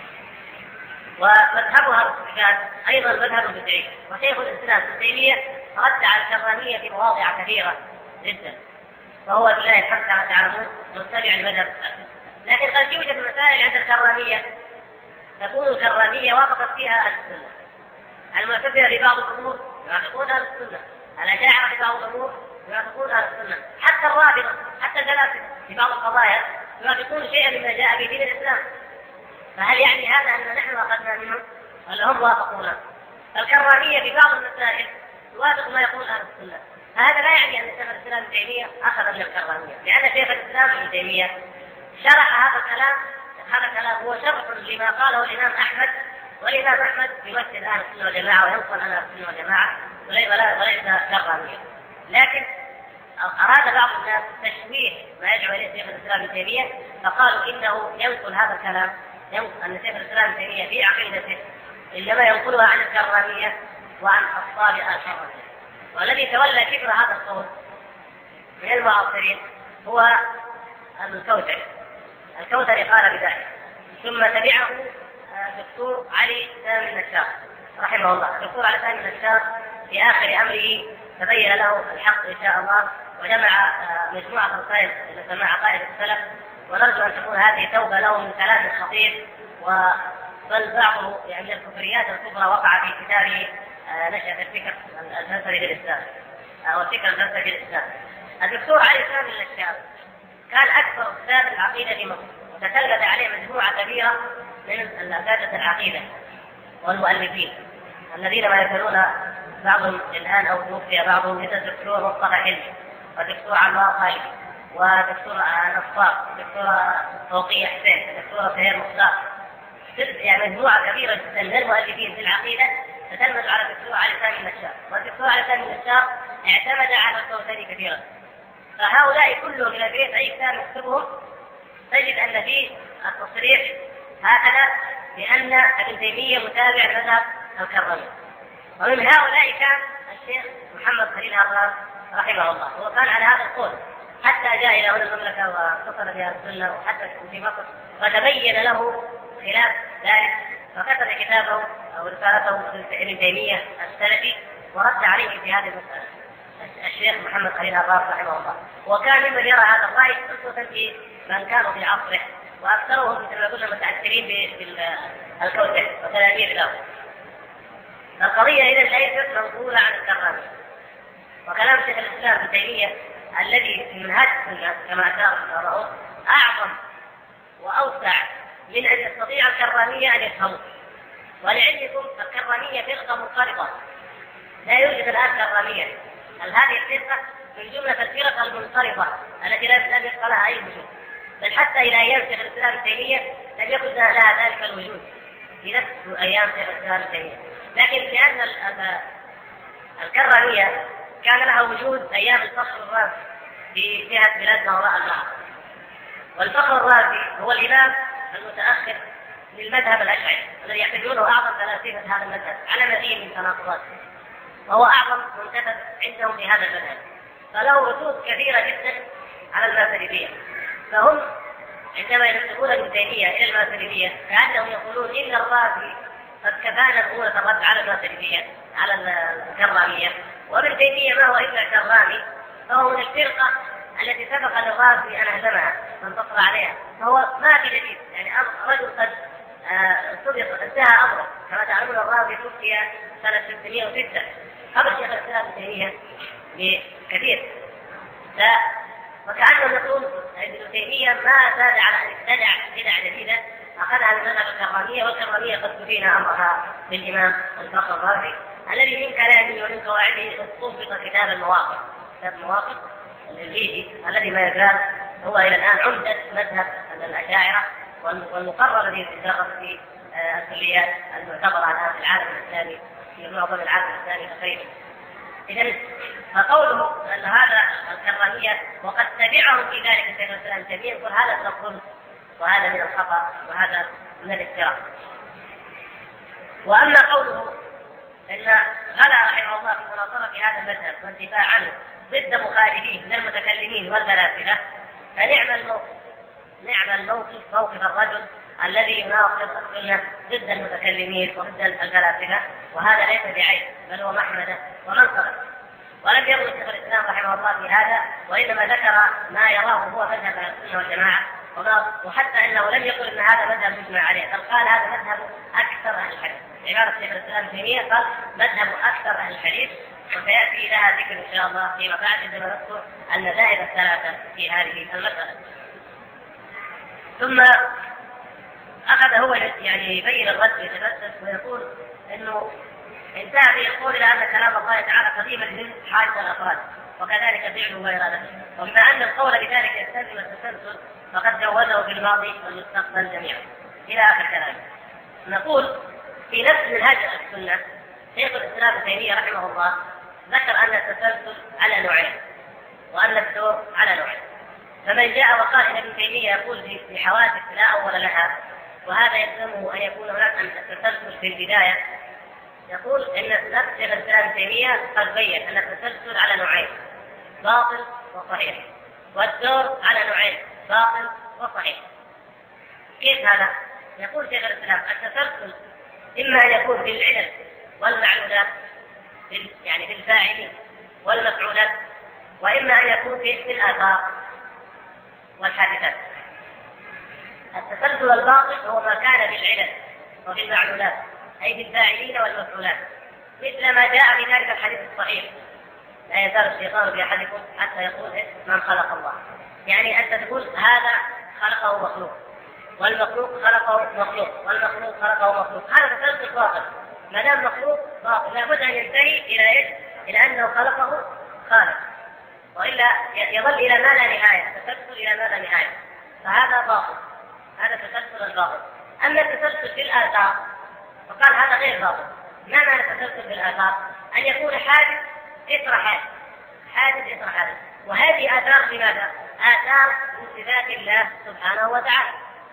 ومذهبها الصفات أيضا مذهب بدعي. وشيخ الإسلام ابن تيمية رد على الكرامية في مواضع كثيرة جدا، وهو بالله الحمد كما تعلمون متبع المذهب. لكن قد يوجد مسائل عند الكرامية تكون الكرامية وافقت فيها السنة، المعتزلة في بعض الأمور يوافقون أهل السنة، الأشاعرة في بعض الأمور يوافقون أهل السنة، حتى الرافضة حتى الفلاسفة في بعض القضايا يوافقون شيئا مما جاء في دين الإسلام. فهل يعني هذا أن نحن أخذنا منهم ولا هم وافقونا؟ الكرامية في بعض المسائل توافق ما يقول أهل السنة. هذا لا يعني أن شيخ الإسلام ابن تيمية أخذ من الكرامية، لأن شيخ الإسلام ابن تيمية شرح هذا الكلام. هذا الكلام هو شرح لما قاله الإمام أحمد، والإمام أحمد يمثل أهل السنة والجماعة وينقل عن أهل السنة والجماعة وليس كرامية. لكن أراد بعض الناس تشويه ما يدعو إليه شيخ الإسلام ابن تيمية، فقالوا إنه ينقل هذا الكلام، أن شيخ الإسلام ابن تيمية في عقيدته إنما ينقلها عن الكرامية وعن أصحاب الكرامية. والذي تولى كبر هذا القول من المعاصرين هو الكوثري قال بذلك. ثم تبعه الدكتور علي سامي النشار رحمه الله. الدكتور علي سامي النشار في آخر أمره تبين له الحق إن شاء الله، وجمع مجموعة رسائل تسمى عقائد السلف، ونرجو أن تكون هذه توبة له من كلام خطير، بل بعضه يعني الكفريات الكبرى وقع في كتابه نشأة الفكر الفلسفي للإسلام أو الفكر الفلسفي للإسلام. الدكتور علي سامي النشار كان أكثر أستاذ العقيدة في مصر، وتتلمذ عليه مجموعة كبيرة من أساتذة العقيدة والمؤلفين الذين ما يزالون بعضهم الآن أو توفي بعضهم، مثل الدكتور مصطفى حلمي والدكتور عمار خالد ودكتور نصار ودكتور فوقية حسين ودكتور سهير مختار، يعني مجموعة كبيرة جدا من المؤلفين في العقيدة تتلمذ على الدكتور علي سامي النشار. والدكتور علي سامي النشار اعتمد على الكوثري كثيرا. فهؤلاء كلهم إلى بيت أي كتاب يكتبهم تجد أن فيه التصريح هكذا بأن ابن تيمية متابع مذهب الكرامية. ومن هؤلاء كان الشيخ محمد خليل هراب رحمه الله، وكان على هذا القول حتى جاء إلى هنا المملكة واتصل بها السنة وحتى في مصر، فتبين له خلاف ذلك فكتب كتابه أو رسالته ابن تيمية السلفي ورد عليه في هذه المسألة الشيخ محمد خليل هراب رحمه الله. وكان ممن يرى هذا الرأي خصوصا في من كانوا في عصره، وأكثرهم مثل ما قلنا متأثرين بالكوثر وتلاميذ له. القضية إذا ليست منقولة عن الكرامية. وكلام شيخ الإسلام ابن تيمية الذي في منهاج السنة كما أشار أعظم وأوسع من أن يستطيع الكرامية أن يفهموا. ولعلمكم الكرامية فرقة منقرضة، لا يوجد الآن كرامية. هذه الفرقة من جملة الفرق المنقرضة التي لم يبقى لها أي وجود، بل حتى إلى أيام شيخ الإسلام ابن تيمية لم يكن لها ذلك الوجود في نفس أيام شيخ الإسلام ابن تيمية. لكن لأن الكرامية كان لها وجود أيام الفخر الرازي في جهة بلاد ما وراء النهر، والفخر الرازي هو الإمام المتأخر للمذهب الأشعري الذي يعتبرونه أعظم فلاسفة هذا المذهب على مزيد من تناقضات، وهو أعظم منتسب عندهم لهذا المذهب، فله ردود كثيرة جدا على الماتريدية. فهم عندما ينسبون ابن تيمية إلى الماتريدية كأنهم يقولون إن الرازي قد كفانا الأولى الرد على الماتريدية على الكرامية، وابن تيمية ما هو إلا كرامي، فهو من الفرقة التي سبق للرازي أن هزمها وانتصر عليها، فهو ما في جديد. يعني رجل قد سبق انتهى أمره، كما تعلمون الرازي توفي سنة 606 قبل شيخ الإسلام ابن تيمية بكثير. وكأنهم يقولون ابن تيمية ما زاد على أن ابتدع بدعة جديدة أخذها من مذهب الكرامية، والكرامية قد تفينا أمرها بالإمام الفخر الرازي الذي من كلامه ومن قواعده استنبط كتاب المواقف، كتاب المواقف الإنجليزي الذي ما يزال هو إلى الآن عمدة مذهب الأشاعرة والمقرر الذي يدرس في الكليات المعتبرة الآن في العالم الإسلامي في معظم العالم الإسلامي تقريبا. إذا فقوله أن هذا الكرامية وقد تبعهم في ذلك الشيخ الإسلام ابن تيمية يقول هذا من الظلم وهذا من الخطأ وهذا من الافتراء. وأما قوله أن غلا رحمه الله في مناصرة هذا المذهب والدفاع عنه ضد مخالفيه من المتكلمين والفلاسفة، فنعم الموقف موقف الرجل الذي يناصر السنة ضد المتكلمين وضد الفلاسفة، وهذا ليس بعيب بل هو محمدة ومنصبة. ولم يروي شيخ الإسلام رحمه الله في هذا، وإنما ذكر ما يراه هو مذهب السنة والجماعة، وحتى انه لم يقل ان هذا مذهب مجمع عليه، بل قال هذا مذهب اكثر اهل الحديث، عبارة شيخ الإسلام ابن تيمية قال مذهب أكثر أهل الحديث، وسيأتي لها ذكر إن شاء الله فيما بعد عندما نذكر المذاهب الثلاثة في هذه المسألة. ثم أخذ هو يعني يبين الرد يتفلسف ويقول إنه انتهى به القول إلى أن كلام الله تعالى قديم الجنس حادث الأفراد وكذلك فعله وإرادته، وبما أن القول بذلك يستلزم التسلسل فقد جوزه في الماضي والمستقبل جميعا إلى آخر كلامه. نقول في نفس منهج السنة شيخ الإسلام ابن تيمية رحمه الله ذكر أن التسلسل على نوعين وأن الدور على نوعين. فمن جاء وقال إن ابن تيمية يقول في حوادث لا أول لها وهذا يلزمه أن يكون هناك التسلسل في البداية، يقول إن نفس شيخ الإسلام ابن تيمية قد بين أن التسلسل على نوعين باطل وصحيح، والدور على نوعين باطل وصحيح. كيف هذا؟ يقول شيخ الإسلام التسلسل إما أن يكون في العلل والمعلولات يعني في الفاعلين والمفعولات، وإما أن يكون في الآثار والحادثات. التسلسل الباطل هو ما كان في العلل وفي المعلولات أي في الفاعلين والمفعولات، مثل ما جاء في ذلك الحديث الصحيح لا يزال الشيطان بأحدكم حتى يقول من خلق الله، يعني أنت تقول هذا خلقه مخلوق والمخلوق خلقه مخلوق والمخلوق خلقه مخلوق، هذا تسلسل باطل. ما دام مخلوق باطل لابد أن ينتهي إلى أنه خلقه خالق، وإلا يظل إلى ما لا نهاية، تسلسل إلى ما لا نهاية، فهذا باطل، هذا تسلسل الباطل. أما التسلسل في الآثار فقال هذا غير باطل. ما معنى التسلسل في الآثار؟ أن يكون حادث إثر حادث، حادث إثر حادث، وهذه آثار لماذا؟ آثار من صفات الله سبحانه وتعالى.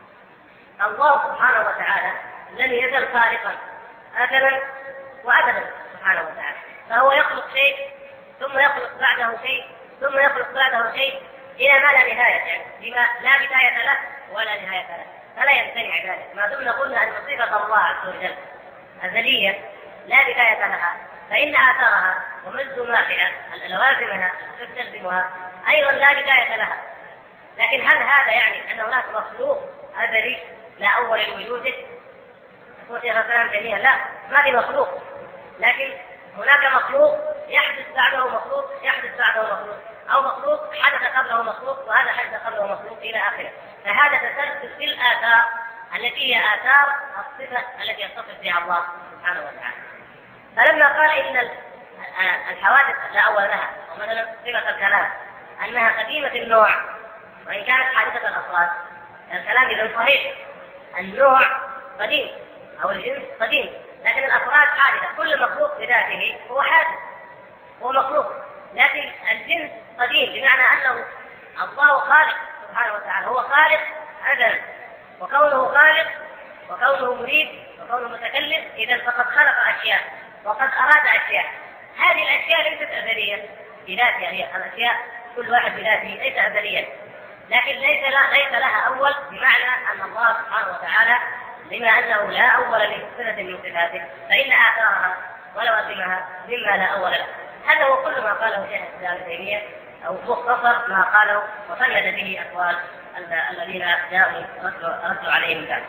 الله سبحانه وتعالى لم يزل خالقا أزلا وأبدا سبحانه وتعالى، فهو يخلق شيء ثم يخلق بعده شيء ثم يخلق بعده شيء إلى ما لا نهاية، يعني بما لا بداية له ولا نهاية له، فلا يمتنع ذلك. ما دمنا قلنا أن صفة الله عز وجل أزلية لا بداية لها، فإن آثارها وملزوماتها لوازمها تستلزمها أيضا لا بداية لها. لكن هل هذا يعني أن هناك مخلوق أزلي لا أول لوجوده؟ يقول شيخ الإسلام ابن تيمية لا، ما في مخلوق، لكن هناك مخلوق يحدث بعده مخلوق يحدث بعده مخلوق، أو مخلوق حدث قبله مخلوق وهذا حدث قبله مخلوق إلى آخره. فهذا تسلسل في الآثار التي هي آثار الصفة التي يتصف بها الله سبحانه وتعالى. فلما قال إن الحوادث لا أول لها، ومثلا صفة الكلام أنها قديمة النوع وإن كانت حادثة الأفراد، الكلام إذن صحيح، النوع قديم أو الجنس قديم، لكن الأفراد حادثة، كل مخلوق بذاته هو حادث هو مخلوق، لكن الجنس قديم بمعنى أنه الله خالق سبحانه وتعالى، هو خالق أزلا، وكونه خالق وكونه مريد وكونه متكلم إذن فقد خلق أشياء وقد أراد أشياء. هذه الأشياء ليست أزلية بذاتها، هي الأشياء كل واحد بذاته ليس أزليا، لكن ليس لها أول، بمعنى أن الله سبحانه وتعالى بما أنه لا أول لصفة من صفاته فإن آثارها ولوازمها مما لا أول له. هذا هو كل ما قاله شيخ الإسلام ابن تيمية، أو مختصر ما قاله وقيد به أقوال الذين جاءوا ردوا عليهم ذلك.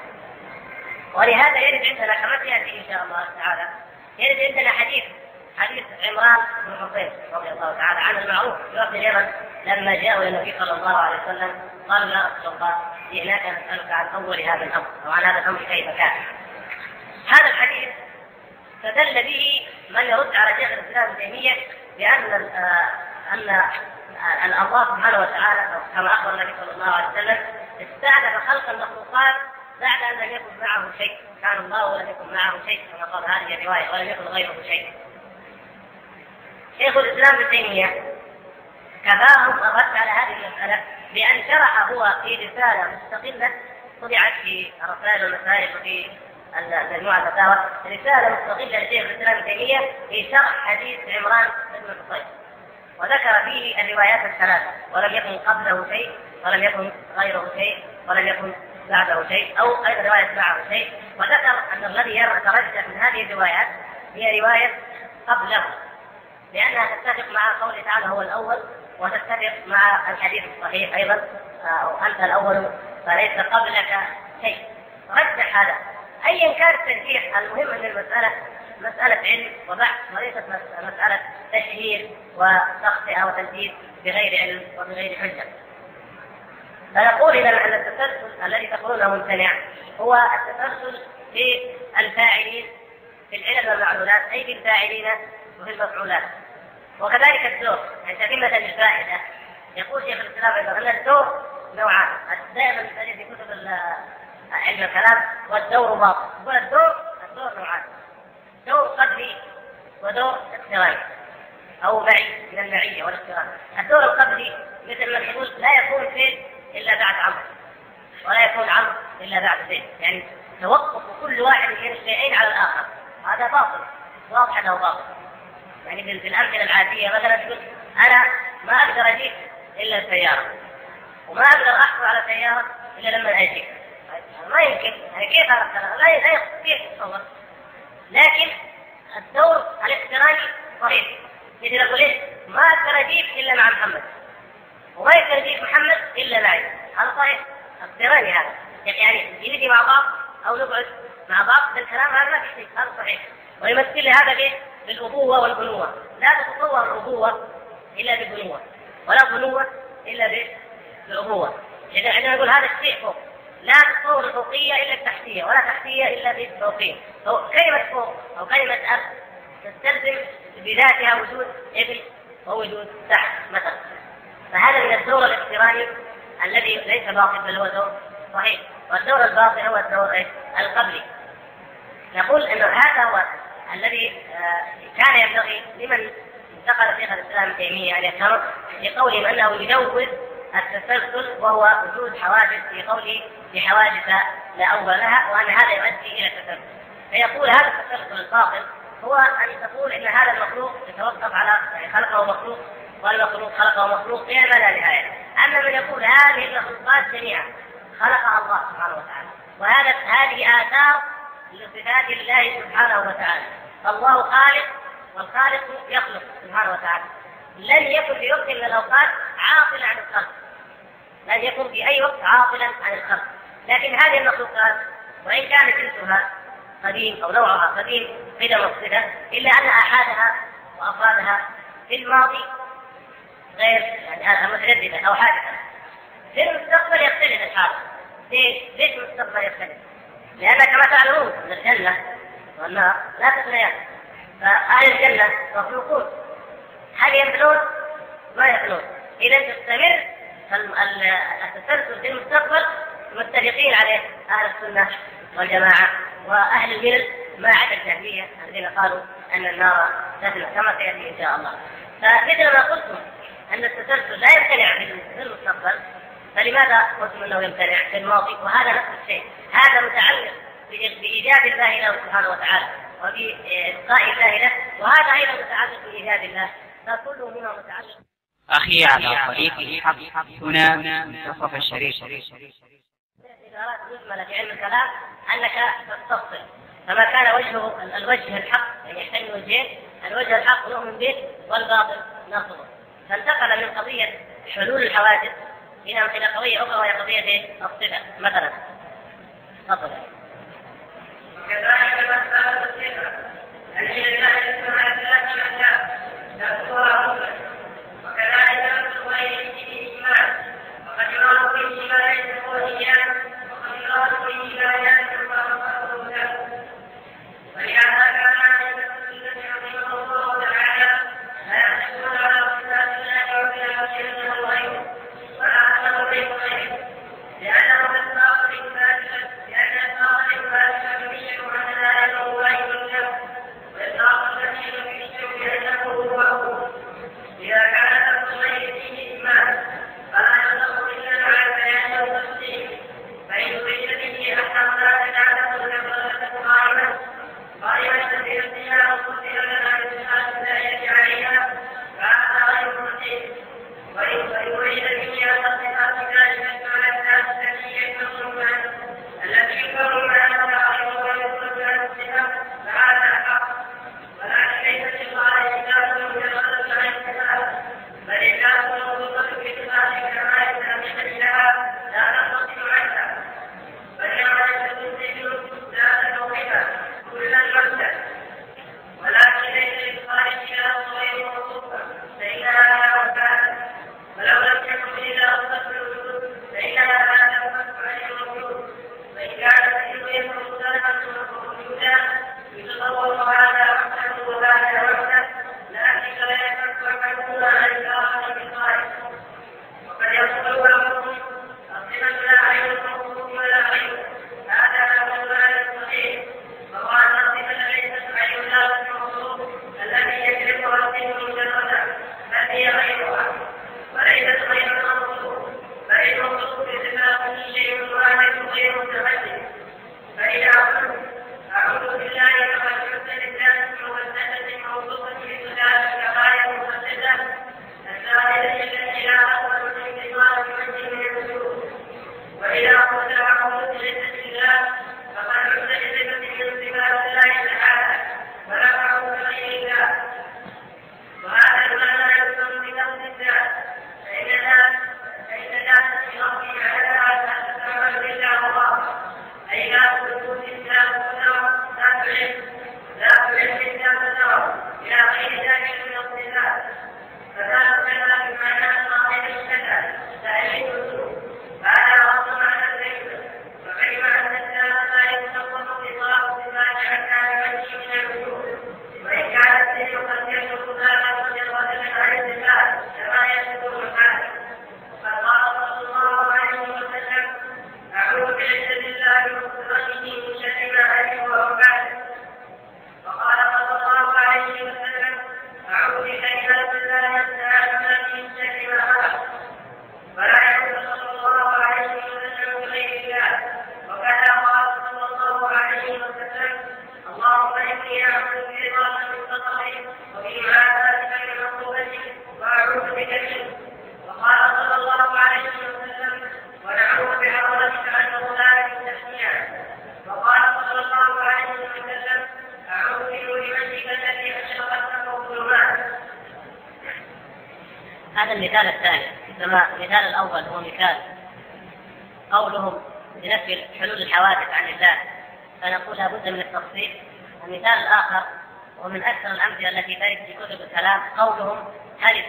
ولهذا يرد عندنا كما سيأتي إن شاء الله تعالى، يرد عندنا حديث عمران بن حسين رضي الله تعالى عنه المعروف في وقت اليمن لما جاءوا إلى النبي صلى الله عليه وسلم قالوا يا رسول الله جئناك نسألك عن أول هذا الأمر وعن هذا الأمر كيف كان. هذا الحديث فدل به من يرد على شيخ الإسلام ابن تيمية بأن الله سبحانه وتعالى كما أخبر النبي صلى الله عليه وسلم استعدل خلق المخلوقات بعد أن لم يكن معه شيء، كان الله ولم يكن معه شيء كما قال هذه الرواية، ولم يكن غيره شيء. شيخ الإسلام ابن تيمية كفاهم الرد على هذه المسألة بأن شرح هو في رسالة مستقلة طبعت في الرسائل والمسائل وفي المجموعة الفتاوى، رسالة مستقلة لشيخ الإسلام ابن تيمية في شرح حديث عمران بن حسين، وذكر فيه الروايات الثلاثة، ولم يكن قبله شيء ولم يكن غيره شيء ولم يكن بعده شيء أو أيضا رواية معه شيء، وذكر أن الذي يترجح من هذه الروايات هي رواية قبله، لأنها تتفق مع قوله تعالى هو الأول، وتتفق مع الحديث الصحيح أيضا أنت الأول فليس قبلك شيء. رجح هذا أيا كان الترجيح، المهم أن المسألة مسألة علم وبحث وليست مسألة تشهير وتخطئة وتنفيذ بغير علم وبغير حجة. فنقول إذا أن التسلسل الذي تقولونه ممتنع هو التسلسل في الفاعلين في العلل والمعلولات، أي في الفاعلين وفي المفعولات. وكذلك الدور، يعني تتمة للفائدة، يقول شيخ الإسلام أيضا أن الدور نوعان، دائما تجد في كتب علم الكلام والدور باطل. يقول الدور نوعان، دور قبلي ودور اقتراني أو معي من المعية والاقتران. الدور القبلي مثل ما يقول لا يكون زيد إلا بعد عمرو ولا يكون عمرو إلا بعد زيد، يعني توقف كل واحد من الشيئين على الآخر، هذا باطل واضح أنه باطل. يعني بالأمثلة العادية مثلا تقول أنا ما أقدر أجيب إلا السيارة وما أقدر أحصل على سيارة إلا لما أجيب، ما يمكن، يعني كيف هذا الكلام؟ لا يتصور. لكن الدور الاقتراني صحيح، مثل أقول إيه ما أقدر أجيب إلا مع محمد وما يقدر يجيب محمد إلا معي، هذا صحيح اقتراني، هذا يعني يجي مع بعض أو نقعد مع بعض بالكلام، هذا ما في شيء، هذا صحيح. ويمثل هذا بالأبوة والبنوة، لا تتصور الأبوة إلا بالبنوة ولا بنوة إلا بالأبوة. إذا عندما نقول هذا الشيء فوق، لا تتصور الفوقية إلا التحتية ولا تحتية إلا بالفوقية. كلمة فوق أو كلمة أب تستلزم بذاتها وجود ابن ووجود تحت مثلا. فهذا من الدور الاقتراني الذي ليس باطل بل هو دور صحيح. والدور الباطل هو الدور القبلي. نقول أن هذا هو الذي كان ينبغي لمن انتقل شيخ الإسلام ابن تيمية أن يفهمه في قوله أنه يجوز التسلسل، وهو وجود حوادث في قوله بحوادث لا أول لها، وأن هذا يؤدي إلى التسلسل. فيقول هذا التسلسل الباطل هو أن تقول إن هذا المخلوق يتوقف على خلقه مخلوق والمخلوق خلقه مخلوق إلى ما لا نهاية. أما من يقول هذه المخلوقات جميعا خلقها الله سبحانه وتعالى، هذه آثار لصفات الله سبحانه وتعالى، الله خالق والخالق يخلق سبحانه وتعالى، لن يكن في وقت من الأوقات عاطلا عن الخلق، لن يكن في أي وقت عاطلا عن الخلق. لكن هذه المخلوقات وإن كان جنسها قديم أو نوعها قديم قدم الصفة، إلا أن أحادها وأفرادها في الماضي غير يعني متجددة أو حادثة. في المستقبل يختلف الحال. ليش المستقبل يختلف؟ لأن كما تعلمون أن الجنة والنار لا تثنيان، فأهل الجنة مخلوقون، هل يفنون؟ ما يفنون. إذا تستمر التسلسل في المستقبل متفقين عليه أهل السنة والجماعة وأهل الملل ما عدا الجهمية الذين قالوا أن النار تفنى كما سيأتي إن شاء الله. فمثل ما قلتم أن التسلسل لا يمتنع في المستقبل، فلماذا قلتم أنه يمتنع في الماضي؟ وهذا نفس الشيء، هذا متعلق بإيجاد الله له سبحانه وتعالى وبإبقاء الله له، وهذا أيضا متعلق بإيجاد الله، فكله منه متعلق. أخي على طريق الحق هنا منتصف الشريف. إشارات مجملة في علم الكلام أنك تستفصل، فما كان الوجه الحق يعني يحتمل وجهين، الوجه الحق نؤمن به والباطل نرفضه. فانتقل من قضية حلول الحوادث إلى قضية أخرى وهي قضية الصفة مثلا. تفضل. كذلك مسألة الصفة التي لا يسمع وكذلك نفس غير الإجماع، وقد يراد بالإجماع الكونيات وقد يراد بالإجماعات المعروفة له. ولهذا كان أهل السنة رحمه الله تعالى لا يحسبون على صفات الله وبلا مشرك غيره ولا أحسن غيره، لأنه إطلاق الإثبات يشرع عن ذلك الله له، وإطلاق التشريع يشرع بأنه هو وليست غير المنصوص، فإن المنصوص بصفاته شيء واحد غير متحدث. فإذا قلت أعوذ بالله فقد عدت لله موسوسة موصوفة بصفات كفاية مفسدة الثانية التي لا أقبل الانتقال بوجه من الوجوه. وإذا قلت أعوذ بعزة الله فقد عدت لصفة من صفات الله تعالى فلا أعوذ بغير الله. وهذا المعنى يكون بلفظ الذات، فإن ذات الشرف على أن تتعامل بالله الله، أي لا تكون الإسلام لا تعلم الإسلام إلى غير ذلك من الصفات. فذلك كذا بمعنى قاطع الشتى تأليف الوجوه، هذا أصل معنى الزيت. وكلمة أن الذات لا يتصور إطلاق بما جعلنا بوجه من الوجوه، وإن كانت الزيت قد يشرب ذلك مجرد من عن الصفات كما يشرب الحال. فقال صلى الله عليه وسلم أعوذ بعزة الله وقدرته من شر ما أجد وأبعد. وقال صلى الله عليه وسلم أعوذ بكلمات الله التامة من شر ما خلق. فلا يقول صلى الله عليه وسلم بغير الله. وكذا قال صلى الله عليه وسلم اللهم إني أعوذ برضاك من سخطك وبمعافاتك من عقوبتك وأعوذ بك منك. وقال صلى الله عليه وسلم ونعوذ بعظمتك أن نغتال من تحتها. وقال صلى الله عليه وسلم أعوذ بنور وجهك الذي أشرقت له الظلمات. هذا المثال الثاني. كما المثال الأول هو مثال قولهم بنفي حلول الحوادث عن الله، فنقول لابد من التفصيل. المثال الآخر ومن أكثر الأمثلة التي ترد في كتب الكلام قولهم هل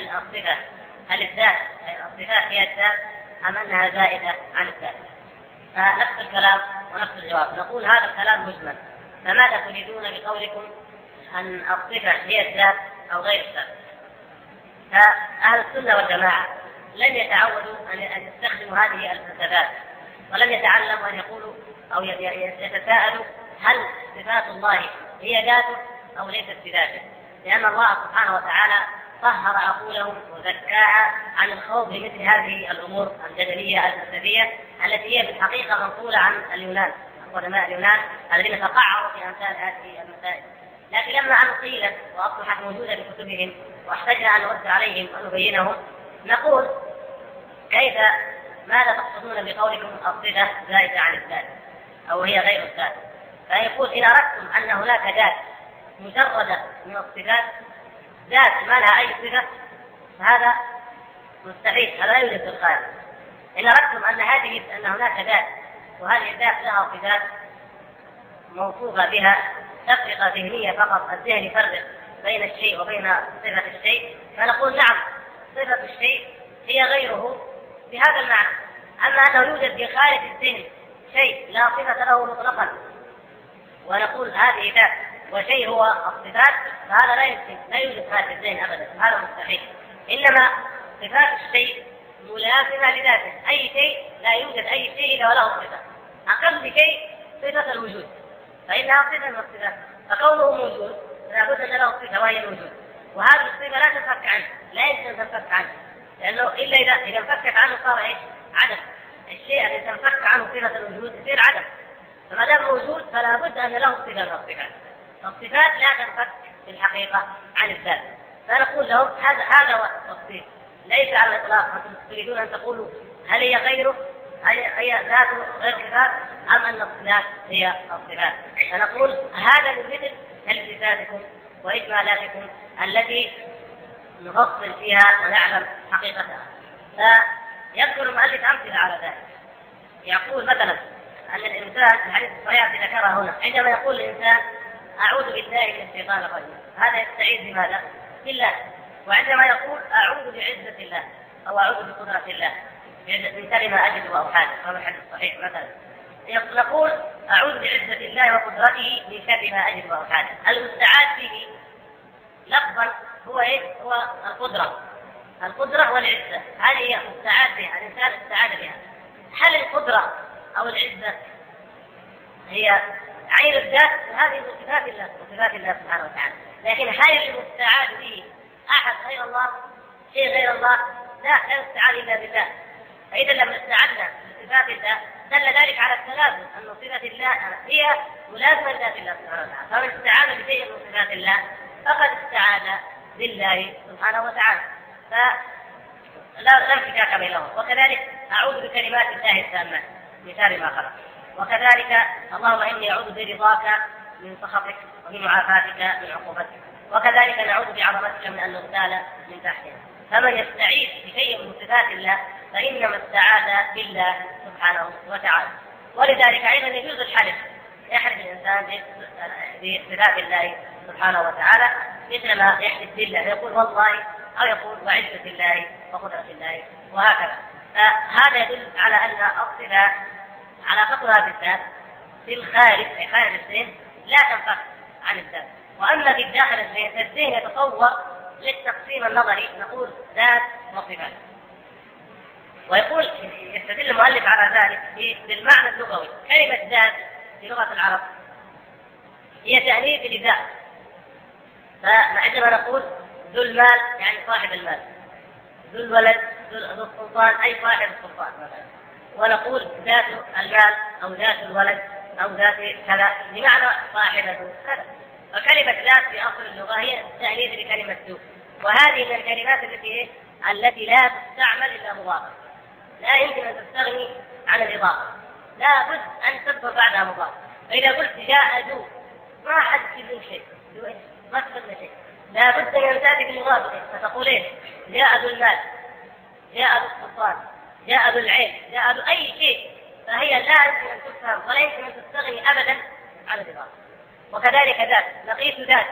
الذات الصفات هي الذات أم أنها زائدة عن الذات؟ فنفس الكلام ونفس الجواب. نقول هذا الكلام مجمل، فماذا تريدون بقولكم أن الصفة هي الذات أو غير الذات؟ فأهل السنة والجماعة لم يتعودوا أن يستخدموا هذه الفلسفات، ولم يتعلموا أن يقولوا أو يتساءلوا هل صفات الله هي ذاته أو ليست بذاته، لأن الله سبحانه وتعالى طهر عقولهم وزكاها عن الخوض بمثل هذه الأمور الجدلية الفلسفية التي هي بالحقيقة منقولة عن اليونان، علماء اليونان الذين تقعروا في أمثال هذه المسائل. لكن لما أن قيلت وأصبحت موجودة في كتبهم واحتجنا أن نرد عليهم ونبينهم، نقول كيف ماذا تقصدون بقولكم الصفة زائدة عن الذات أو هي غير الذات؟ فيقول إن أردتم أن هناك ذات مجردة من الصفات، ذات ما لها أي صفة، فهذا مستحيل، هذا لا يوجد في الخارج. إن أردتم أن هناك ذات وهذه الذات لها صفات موصوفة بها تفرقة ذهنية فقط، الذهن يفرق بين الشيء وبين صفة الشيء، فنقول نعم صفة الشيء هي غيره بهذا المعنى. أما أنه يوجد في خارج الذهن شيء لا صفة له مطلقا ونقول هذه ذات وشيء هو الصفات، فهذا لا يمكن، لا يوجد خارج الذهن أبدا، هذا مستحيل. إنما صفات الشيء ملازمة لذاته، أي شيء لا يوجد أي شيء إلا وله صفة، أقل شيء صفة الوجود فإنها صفة من الصفات، فكونه موجود لا بد أن له صفة وهي الوجود، وهذه الصفة لا تنفك عنه، لا يمكن أن تنفك عنه، لأنه إلا إذا انفكت عنه صار إيش؟ عدم. الشيء الذي تنفك عنه صفة الوجود يصير عدم، فما دام موجود فلا بد أن له صفة من الصفات. الصفات لا تنفك في الحقيقة عن الذات، فنقول لهم هذا هو التفصيل، ليس على الإطلاق. أنتم تريدون أن تقولوا هل هي غيره، هي ذاته غير صفات، أم أن الصفات هي الصفات؟ فنقول هذا من مثل تلبيساتكم وإجمالاتكم التي نفصل فيها ونعلم حقيقتها. فيذكر المؤلف أمثلة على ذلك. يقول مثلا أن الإنسان الحديث الصحيح ذكرها هنا، عندما يقول الإنسان أعوذ بالله من الشيطان الرجيم، هذا يستعيذ بماذا؟ بالله. وعندما يقول أعوذ بعزة الله أو أعوذ بقدرة الله من شر ما أجد وأحاذر، هذا الحديث الصحيح مثلا. نقول أعوذ بعزة الله وقدرته من شر ما أجد وأحاذر. المستعاذ به لفظا هو إيه؟ هو القدرة والعزة، هذه هي مستعاذ بها، الإنسان استعاذ بها. هل القدرة أو العزة هي عين الذات؟ هذه من صفات الله وصفات الله سبحانه وتعالى، لكن هل المستعاذ به أحد غير الله؟ شيء غير الله لا نستعان إلا بالله. فإذا لما استعنا بصفات الله دل ذلك على التلازم، أن صفات الله هي ملازمة لذات الله سبحانه وتعالى. فمن استعان بشيء من صفات الله فقد استعان بالله سبحانه وتعالى، فلا انفكاك بينهم. وكذلك أعوذ بكلمات الله التامات من شر ما خلق. وكذلك اللهم إني أعوذ برضاك من سخطك وبمعافاتك من عقوبتك. وكذلك نعوذ بعظمتك من أن نغتال من تحتنا. فمن يستعيذ بشيء من صفات الله فإنما استعاذ بالله سبحانه وتعالى. ولذلك أيضا يجوز الحلف، يحلف الإنسان بصفات الله سبحانه وتعالى مثل ما يحلف بالله، يقول والله أو يقول وعزة الله وقدرة الله وهكذا. فهذا يدل على أن الصفات علاقتها بالذات في الخارج أي خارج الذهن لا تنفك عن الذات. وأما في الداخل الذهن يتصور للتقسيم النظري نقول ذات وصفات. ويقول يستدل المؤلف على ذلك بالمعنى اللغوي. كلمة ذات في لغة العرب هي تأنيث لذات، فعندما نقول ذو المال يعني صاحب المال، ذو الولد ذو السلطان أي صاحب السلطان مثلا. ونقول ذات المال أو ذات الولد أو ذات كذا بمعنى صاحبة كذا. فكلمة ذات في أصل اللغة هي تأنيث لكلمة ذو، وهذه من الكلمات التي لا تستعمل إلا مضافة. لا يمكن أن تستغني عن الإضافة، لا بد أن تذكر بعدها مضافة. فإذا قلت جاء ذو ما حد يقول شيء، ما تقول شيء، لا بد أن تأتي بالمضافة. فتقول إيه؟ جاء ذو المال، جاء ذو السلطان، جاء ذو العين، جاء ذو أي شيء، فهي لا يمكن أن تفهم ولا يمكن أن تستغني أبدا عن الإضافة. وكذلك ذات، لقيت ذات،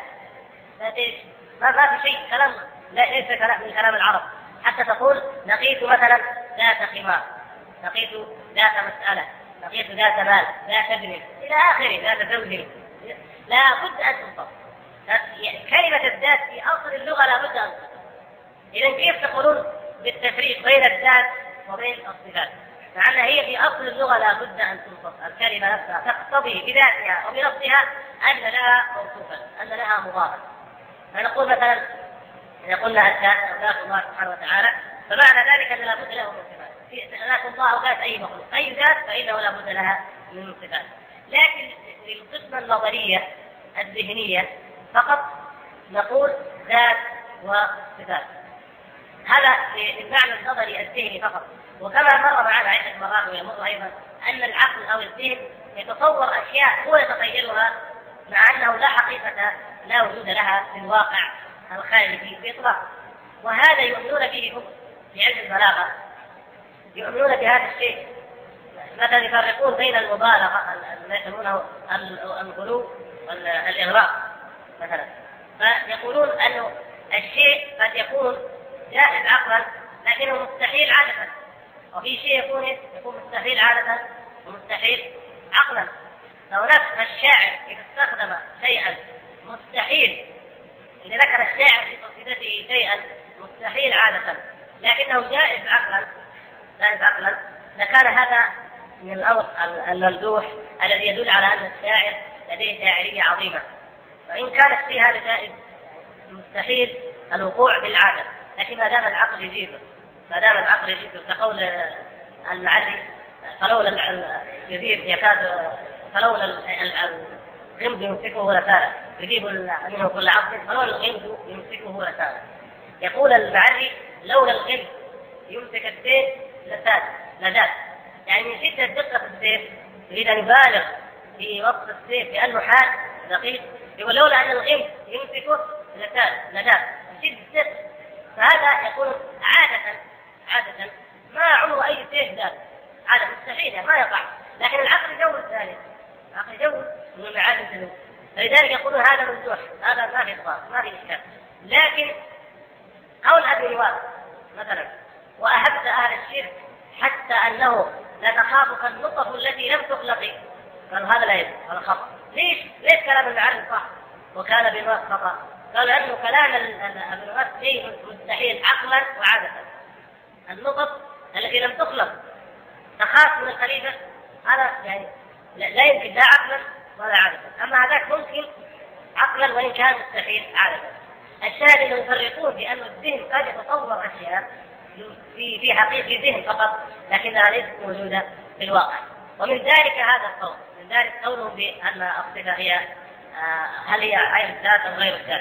ما في شيء كلام ليس كلام من كلام العرب. حتى تقول لقيت مثلا ذات خمار، لقيت ذات مسألة، لقيت ذات مال، ذات ابن إلى آخره، ذات زوج. لا بد أن تنصب كلمة الذات في أصل اللغة، لا بد أن تنصب. إذن كيف تقولون بالتفريق بين الذات وبين الصفات؟ مع أنها هي في أصل اللغة لا بد أن تنصب. الكلمة نفسها تقتضي بذاتها وبنفسها أن لها موصوفا، أن لها مضافا. فنقول مثلا إذا قلنا ذات الله سبحانه وتعالى فمعنى ذلك أن لا بد له من صفات. ذات الله أو ذات أي مخلوق، أي ذات فإنه لا بد لها من صفات. لكن للقسمة النظرية الذهنية فقط نقول ذات وصفات. هذا المعنى النظري الذهني فقط. وكما مر معنا عدة مرات ويمر أيضا أن العقل أو الذهن يتصور أشياء هو يتخيلها مع أنه لا حقيقة لا وجود لها في الواقع الخارجي بإطلاق. وهذا يؤمنون به هم في علم البلاغة، يؤمنون بهذا الشيء. مثلا يفرقون بين المبالغة ما يسمونه الغلو والإغراء مثلا. فيقولون أنه الشيء قد يكون جائز عقلا لكنه مستحيل عادة، وفي شيء يكون مستحيل عادة ومستحيل عقلا. لو نفس الشاعر إذا استخدم شيئا مستحيل، إذا ذكر الشاعر في قصيدته شيئا مستحيل عادة لكنه جائز عقلا لكان هذا من الأمر الممدوح الذي يدل على أن الشاعر لديه شاعرية عظيمة. وإن كان الشيء هذا جائز مستحيل الوقوع بالعادة، لكن ما دام العقل يجيبه، كقول المعري فلولا يزيد يكاد فلولا الغمد يمسكه لسانا يجيب منه كل عقل فلولا الغمد يمسكه لسانا. يقول المعري لولا الغمد يمسك السيف لذات، يعني من شدة دقة السيف يريد أن يبالغ في وصف السيف لأنه حاد دقيق. يقول لولا أن الغمد يمسكه لذات شدة. فهذا يكون عادة ما عمر أي سيف ذات، عادة مستحيل ما يقع. لكن العقل يجوز ذلك، العقل يجوز من معاد الذنوب. فلذلك يقولون هذا ممدوح، هذا ما في إضرار ما في إشكال. لكن قول أبي نواس مثلا وأحبت أهل الشرك حتى أنه لتخافك النطف التي لم تخلق، قالوا هذا لا يجوز، هذا خطأ. ليش كلام المعلم صح وكان بنواس خطأ؟ قالوا أنه كلام ابن نواس شيء مستحيل عقلا وعادة. النطف التي لم تخلق تخاف من الخليفة، هذا يعني لا يمكن لا عقلا ولا عادة. أما هذاك ممكن عقلا وإن كان مستحيل عادة. الشاهد أنهم يفرقون بأن الذهن قد يتصور أشياء في حقيقة ذهن فقط لكنها ليست موجودة في الواقع. ومن ذلك هذا القول، من ذلك قوله بأن الصفة هي هل هي عين الذات أو غير الذات.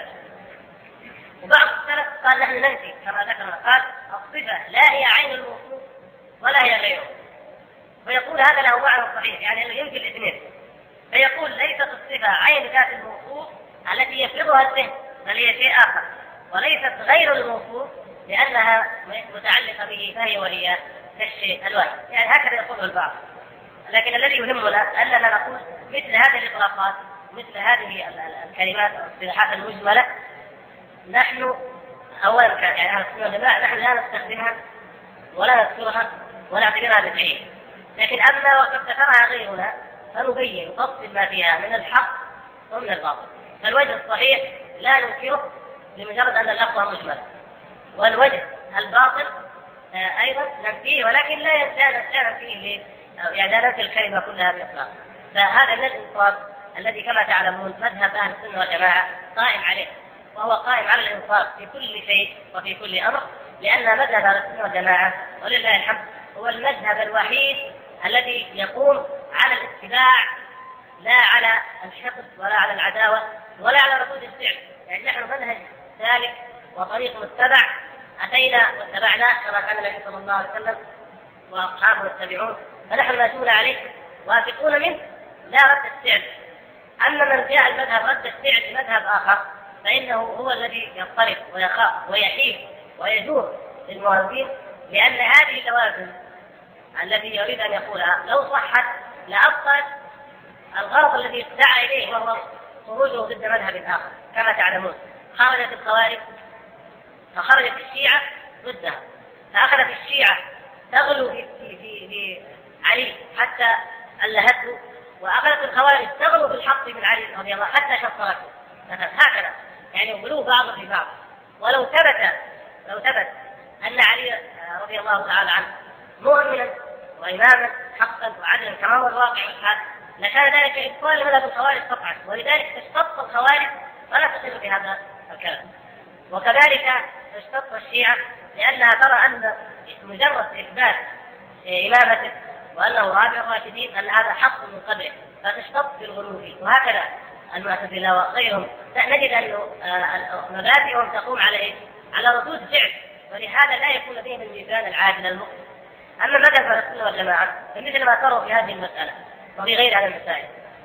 وبعض السلف قال نحن ننفي كما ذكرنا، قال الصفة لا هي عين الموصوف ولا هي غيره، فيقول هذا له معنى صحيح، يعني أنه ينفي الاثنين. فيقول ليست الصفة عين ذات الموصوف التي يفرضها الذهن، بل هي شيء آخر، وليست غير الموصوف لأنها متعلقة به فهي وهي كالشيء الواحد. يعني هكذا يقول البعض. لكن الذي يهمنا أننا نقول مثل هذه الإطلاقات، مثل هذه الكلمات والاصطلاحات المجملة نحن أولا يعني أهل السنة والجماعة نحن لا نستخدمها ولا نذكرها ولا نعتبرها بدعية، لكن أما وقد ذكرها غيرنا فنبين نفصل ما فيها من الحق ومن الباطل. فالوجه الصحيح لا ننكره لمجرد أن اللفظ مجمل، والوجه الباطل أيضا ننفيه ولكن لا ننفيه يعني لا ننفي الكلمة كلها بإطلاق. فهذا من الإنصاف الذي كما تعلمون مذهب أهل السنة والجماعة قائم عليه، وهو قائم على الإنصاف في كل شيء وفي كل أمر، لأن مذهب أهل السنة والجماعة ولله الحمد هو المذهب الوحيد الذي يقوم على الاتباع لا على الحقد ولا على العداوة ولا على ردود الفعل. يعني نحن منهج ذلك وطريق متبع أتينا واتبعناه كما كان النبي صلى الله عليه وسلم وأصحابه يتبعون، فنحن ماشون عليه واثقون منه لا رد الفعل. أما من جاء المذهب رد الفعل لمذهب آخر فإنه هو الذي يضطرب ويخاف ويحيف ويجور للموازين، لأن هذه اللوازم التي يريد أن يقولها لو صحت لأبطل الغرض الذي دعا إليه وهو خروجه ضد مذهب آخر. كما تعلمون خرجت الخوارج فخرجت الشيعة ضدها، فأخذت الشيعة تغلو في علي حتى ألهته، وأخذت الخوارج تغلو بالحق من علي رضي الله حتى كفرته. هكذا يعني يغلو بعض في بعض. ولو ثبت أن علي رضي الله تعالى عنه مؤمنا وإماما حقا وعدلا كما هو الواقع الحال لكان ذلك إبطال لمذهب الخوارج قطعا، ولذلك تشتط الخوارج ولا تقل بهذا الكلام. وكذلك تشتط الشيعة لأنها ترى أن مجرد إثبات إمامته وأنه رابع الراشدين أن هذا حق من قدره فتشتط بالغلو فيه. وهكذا المعتزلة وغيرهم نجد أن مبادئهم تقوم على ردود فعل، ولهذا لا يكون لديهم الميزان العادل المقصد. أما مذهب السنة والجماعة فمثل ما تروا في هذه المسألة وفي غير هذه المسائل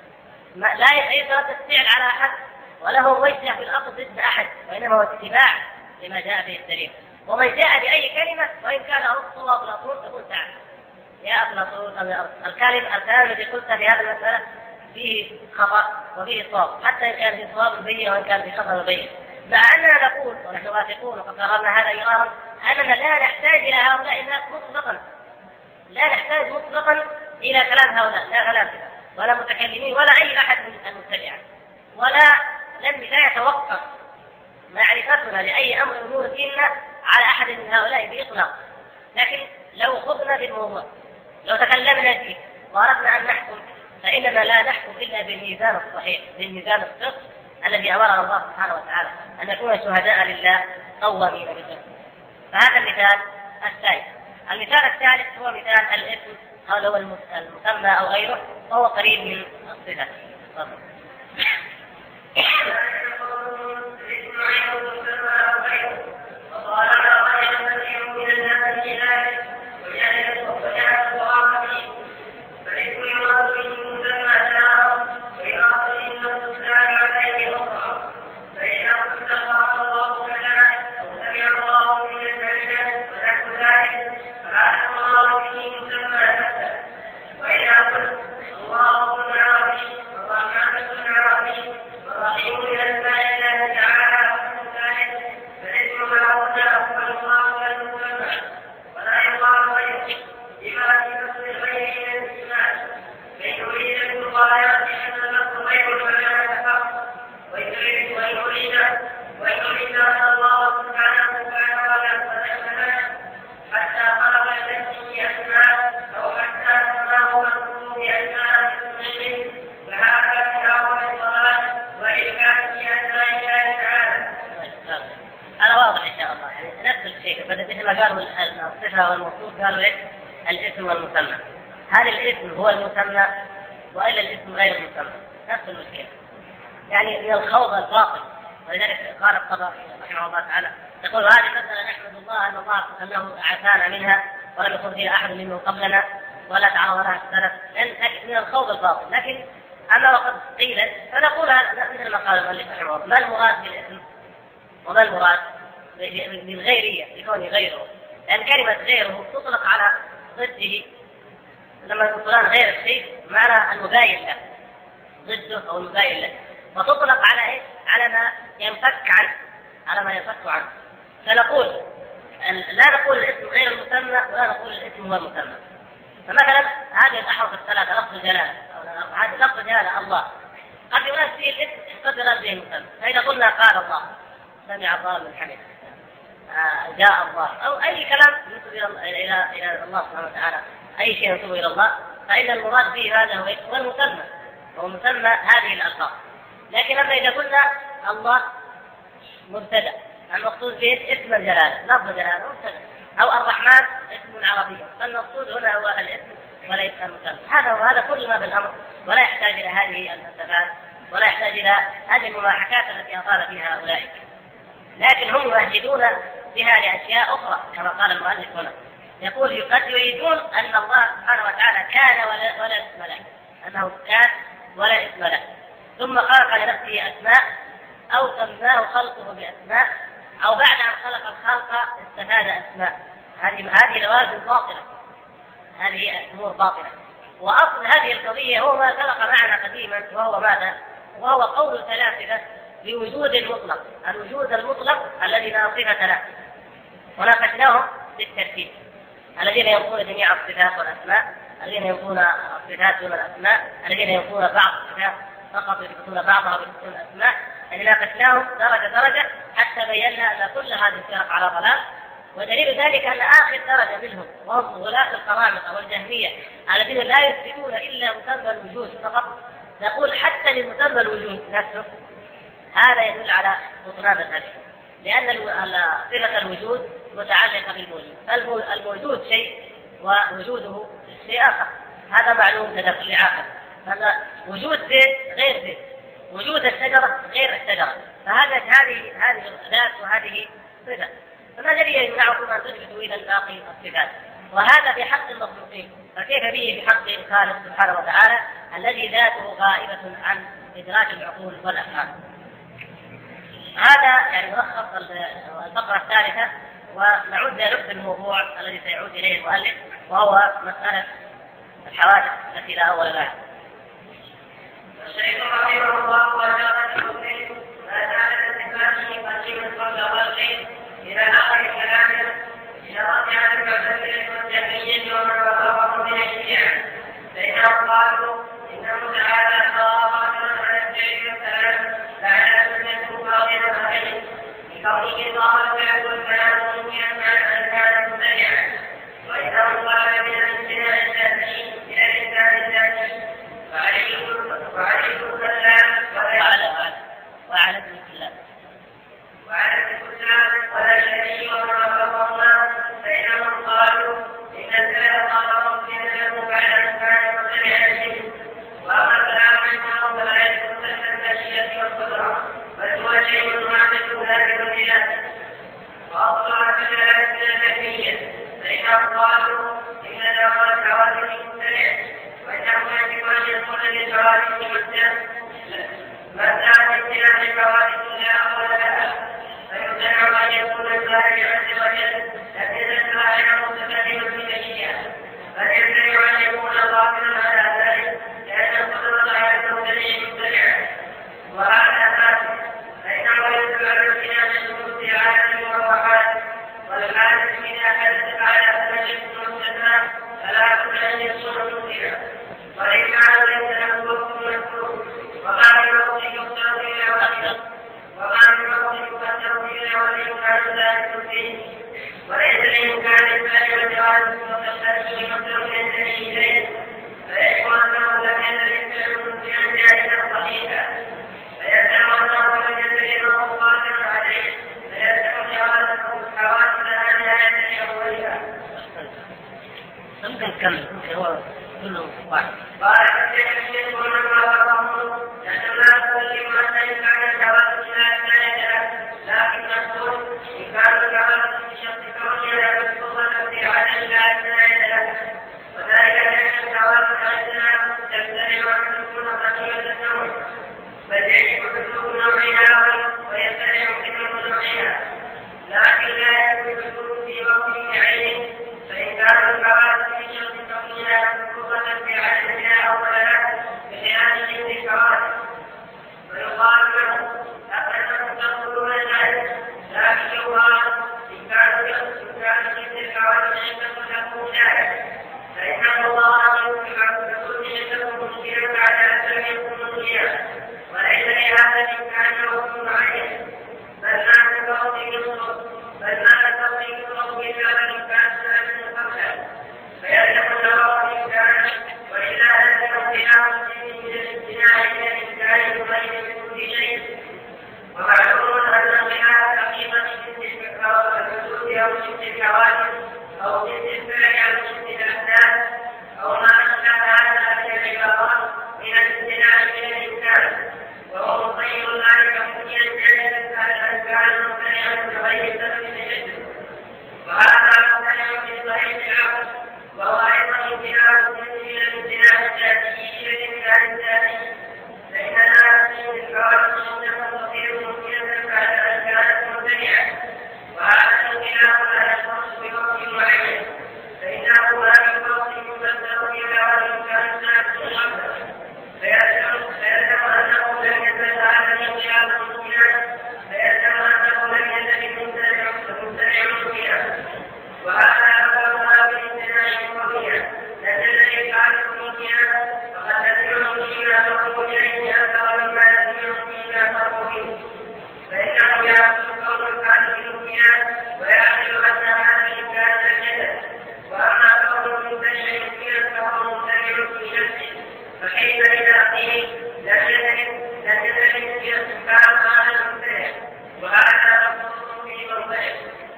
لا يترد الفعل على أحد ولا هو وجه في الأرض ضد أحد، وإنما هو اتباع لما جاء به الدليل. ومن جاء بأي كلمة وإن كان أرسطو وأفلاطون تقول تعالى يا أفلاطون الكلام الذي قلت في هذه المسألة فيه خطأ وفيه صواب، حتى إن كان فيه صواب مبين وإن كان فيه خطأ مبين. مع أننا نقول ونحن واثقون وقد قررنا هذا مرارا أننا لا نحتاج إلى هؤلاء الناس مطلقا، لا نحتاج مطلقا إلى كلام هؤلاء، لا فلاسفة ولا متكلمين ولا أي أحد من المبتدعين، لا يتوقف معرفتنا لأي أمر أمور ديننا على أحد من هؤلاء بإطلاق. لكن لو خضنا بالموضوع، لو تكلمنا فيه وأردنا أن نحكم، فإننا لا نحكم إلا بالميزان الصحيح، بالميزان الصدق الذي أمرنا الله سبحانه وتعالى أن نكون شهداء لله قوامين بالقسط. فهذا المثال الثالث. المثال الثالث هو مثال الاسم أو هو المسمى أو غيره، وهو قريب من الصفة. قالوا الصفة والموصوف قالوا إيش؟ الاسم والمسمى. هل الاسم هو المسمى وإلا الاسم غير المسمى؟ نفس المشكلة. يعني من الخوض الباطل. ولذلك قال الطبري رحمه الله تعالى يقول هذه مسألة نحمد الله أن الله أنه عافانا منها ولم يخوض فيها أحد منهم قبلنا ولا تعرض لها السلف من الخوض الباطل. لكن أما وقد قيل فنقول مثل ما قال المؤلف رحمه الله ما المراد بالاسم وما المراد بالغيرية لكونه غيره، لأن كلمة غيره تطلق على ضده. لما يقول فلان غير الشيء معنى المباين له، ضده أو المباين له، وتطلق على إيه؟ على ما ينفك عنه، على ما ينفك عنه. فنقول لا نقول الاسم غير المسمى ولا نقول الاسم هو المسمى. فمثلا هذه الأحرف الثلاثة لفظ الجلالة، هذا لفظ الجلالة الله قد يراد فيه الاسم قد يراد به المسمى. فإذا قلنا قال الله، سمع الله من حمده، جاء الله، أو أي كلام ينسب إلى الله سبحانه وتعالى، أي شيء ينسب إلى الله، فإن المراد به هذا هو المسمى، هو مسمى هذه الألفاظ. لكن أما إذا قلنا الله مبتدأ المقصود به اسم الجلالة، لفظ الجلالة مبتدأ، أو الرحمن اسم عربي، فالمقصود هنا هو الاسم وليس المسمى. هذا كل ما بالأمر، ولا يحتاج إلى هذه الفلسفات ولا يحتاج إلى هذه المماحكات التي أطال فيها أولئك. لكن هم يؤكدون بها لأشياء أخرى كما قال المؤلف هنا، يقول قد يريدون أن الله سبحانه وتعالى كان ولا اسم له، أنه كان ولا اسم له، ثم خلق لنفسه أسماء أو سماه خلقه بأسماء، أو بعد أن خلق الخلق استفاد أسماء. هذه لوازم باطلة، هذه أمور باطلة. وأصل هذه القضية هو ما سبق معنا قديما، وهو ماذا؟ وهو قول الفلاسفة بوجود المطلق، الوجود المطلق الذي لا صفة له، وناقشناهم بالترتيب. الذين ينفون جميع الصفات والأسماء، الذين ينفون الصفات دون الأسماء، الذين ينفون بعض الصفات فقط ويثبتون بعضها ويثبتون الأسماء. يعني ناقشناهم درجة حتى بينا أن كل هذه الفرق على ضلال. ودليل ذلك أن آخر درجة منهم وهم غلاة القرامطة والجهمية الذين لا يثبتون إلا مسمى الوجود فقط، نقول حتى لمسمى الوجود نفسه هذا يدل على بطلان الهدف، لأن صفة الوجود متعلقة بالموجود. الموجود شيء ووجوده شيء آخر، هذا معلوم لدى كل عاقل. هذا وجود زيت غير زيت، وجود الشجرة غير الشجرة، فهذه ذات وهذه صفة. فما الذي يمنعكم أن تثبتوا إلى الباقي الصفات؟ وهذا بحق المخلوقين، فكيف به بحق الخالق سبحانه وتعالى الذي ذاته غائبة عن إدراك العقول والأفهام. هذا يعني ملخص الفقرة الثالثة، ونعود لنفس الموضوع الذي سيعود إليه المؤلف، وهو مسألة الحوادث التي لا أول لها. الشيخ رحمه الله وجاءت المسلم ما زالت استثباته قديما قبل خلقه إلى آخر كلامه إلى رجعة المعتزلة والجهمية ومن وافقهم من الشيعة، فإنهم قالوا إنه تعالى قادر على الشيء والكلام فعلى سنته باطلا عليه لكونه ظاهر فيكون كلامه ممكنا أن كان مبتدعا. وإنه قال من الامتناع الذاتي إلى الإنسان الذاتي وعلى الكتاب ولا شيء وما فإنهم قالوا إن الكلام قال ربنا له بعد أن كان مبتدعا، وأما الكلام عنه فلا يكون التشريع والقدرة، بل هو شيء معرفة ذلك بذاته. وأصلها في الجاهلية، فإنهم قالوا إن دعوى الحوادث مبتدع، وإنه يجب أن يكون للحوادث مبتدع ما كان ابتداع الحوادث لا أول لها، فيمتنع أن يكون البارئ عز وجل لكن البارئ متكلم بشيئا، بل يمتنع أن يكون غافلا على ذلك لأن القدرة على المبتدع مبتدعا. وهذا فاسد، فإنه يتبع الامتناع الشروط عالم والرحال، والحادث إذا حدث على سبيل المستثنى فلا بد أن يكون مبتدعا، وليس على ليس له وقت مذكور، وما من وقت يقدر إلى وقت، وما من وقت يقدر إلى وقت ذلك فيه، وليس لإمكان الفعل والجواز والتشهد يقدر إلى إليه، فيكون أنه لم يزل الفعل ممكنا جائزا صحيحا، فيدعو أنه لم يزل قادرا عليه، فيدعو جوازه حوادث لا نهاية له ممكن تكمل هو كله واحد. قال الشيخ ومن وافقه لما تسلم حتى يفعل الجواب لكن نقول إن كان الجواب في شخص كونها مكتوبة في عدد لا وذلك لأن الجواب عندنا تمتنع أن تكون قضية النوم بل يجب حدود نوعها ويمتنع حكم نوعها لكن لا يكون الحدود في موضع عينه فإن كان الجواب في شخص كونها مكتوبة في عدد أو لا بخلاف الانتشارات ويقال له أنكم تقولون ذلك لكن يقال إن كان الانتشارات عندكم تكون ذلك فإن الله يوقع بكل شيء مشكلة على أن يكون مشكلة وليس لهذا الإمكان حكم معين بل ما تقضي الرب بهذا الإمكان من قبله فيلزم له الإمكان وإلا لم يمكنه من الامتناع إلى الإمكان يبين كل شيء ومعلوم أن خلاف حقيقة الحدود أو الكواكب أو الفعل أو الأحداث أو ما أشبه هذا من العبارات من الامتناع إلى الإمكان وهو مخير ذلك ممكنا أن كان ممتنعا بغير سبب جد وهذا ممتنع بغير العقل وهو أيضا امتناع إلى الامتناع الذاتي إلى الإمكان الذاتي فإن الناس من الحوادث تصير ممكنة بعد أن كانت ممتنعة وهذا الامتناع لا يختص بوقت معين فإنه لا يختص بمبدأ إلى الإمكان الذاتي فيلزم أنه لم يزل هذا الامتناع ممكنا فيلزم أنه لم يزل ممتنع ممكنا وهذا هو بالامتناع الممكن لأن الإمكان ممكنا وقد تدل ممكنا تخرج إليه أكثر مما تدل ممكنا تخرج فيه فإنه يأخذ قول الكافر ممكنا ويعمل أن هذا الإمكان الجدل وأما قول الممتنع ممكنا فهو ممتنع في نفسه فكيف إذا قيل لم يزل إمكان هذا الممتنع وهذا مخصوص في موضعه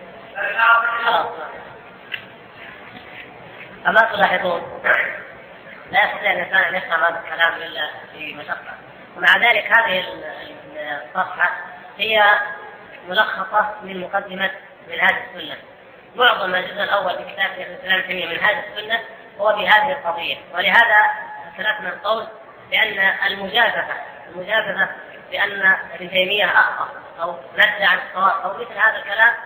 أما تلاحظون لا يستطيع الإنسان أن يفهم هذا الكلام إلا في مشقة ومع ذلك هذه الصفحة هي ملخصة من مقدمة منهاج السنة معظم الجزء الأول في كتاب شيخ الإسلام ابن تيمية منهاج السنة هو بهذه القضية ولهذا سلكنا القول بأن المجازفة بأن ابن تيمية أخطأ أو نزع عن الصواب أو مثل هذا الكلام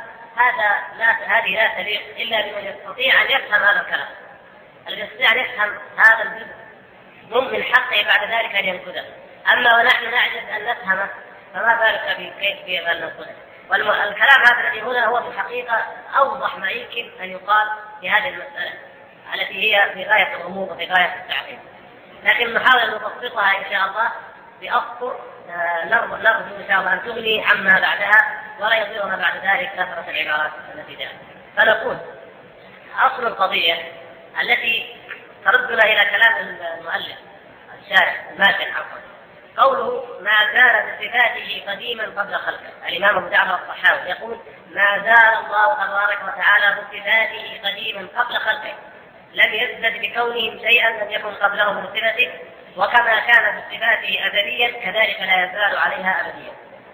هذه لا تليق إلا بمن يستطيع أن يفهم هذا الكلام الذي يستطيع أن يفهم هذا الجزء من حقه بعد ذلك أن ينقذه أما ونحن نعجز أن نفهمه فما بالك بكيف أن ننقذه والكلام هذا الذي هنا هو في الحقيقة أوضح ما يمكن أن يقال في هذه المسألة التي هي في غاية الغموض وفي غاية التعقيد لكن نحاول أن نبسطها إن شاء الله بأسطر نرجو إن شاء الله أن تغني عما بعدها ولا يضيرنا بعد ذلك كثرة العبارات التي جاءت فنقول أصل القضية التي تردنا إلى كلام المؤلف الشارح الماتن عفوا قوله ما زال بصفاته قديما قبل خلقه الإمام أبو جعفر الطحاوي يقول ما زال الله تبارك وتعالى بصفاته قديما قبل خلقه لم يزدد بكونهم شيئا لم يكن قبله من صفته وكما كان بصفاته أبديا كذلك لا يزال عليها أبديا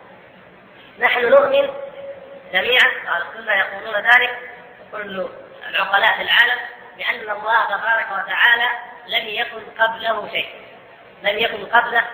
نحن نؤمن جميعا على السنة يقولون ذلك كل العقلاء في العالم بأن الله تبارك وتعالى لم يكن قبله شيء لم يكن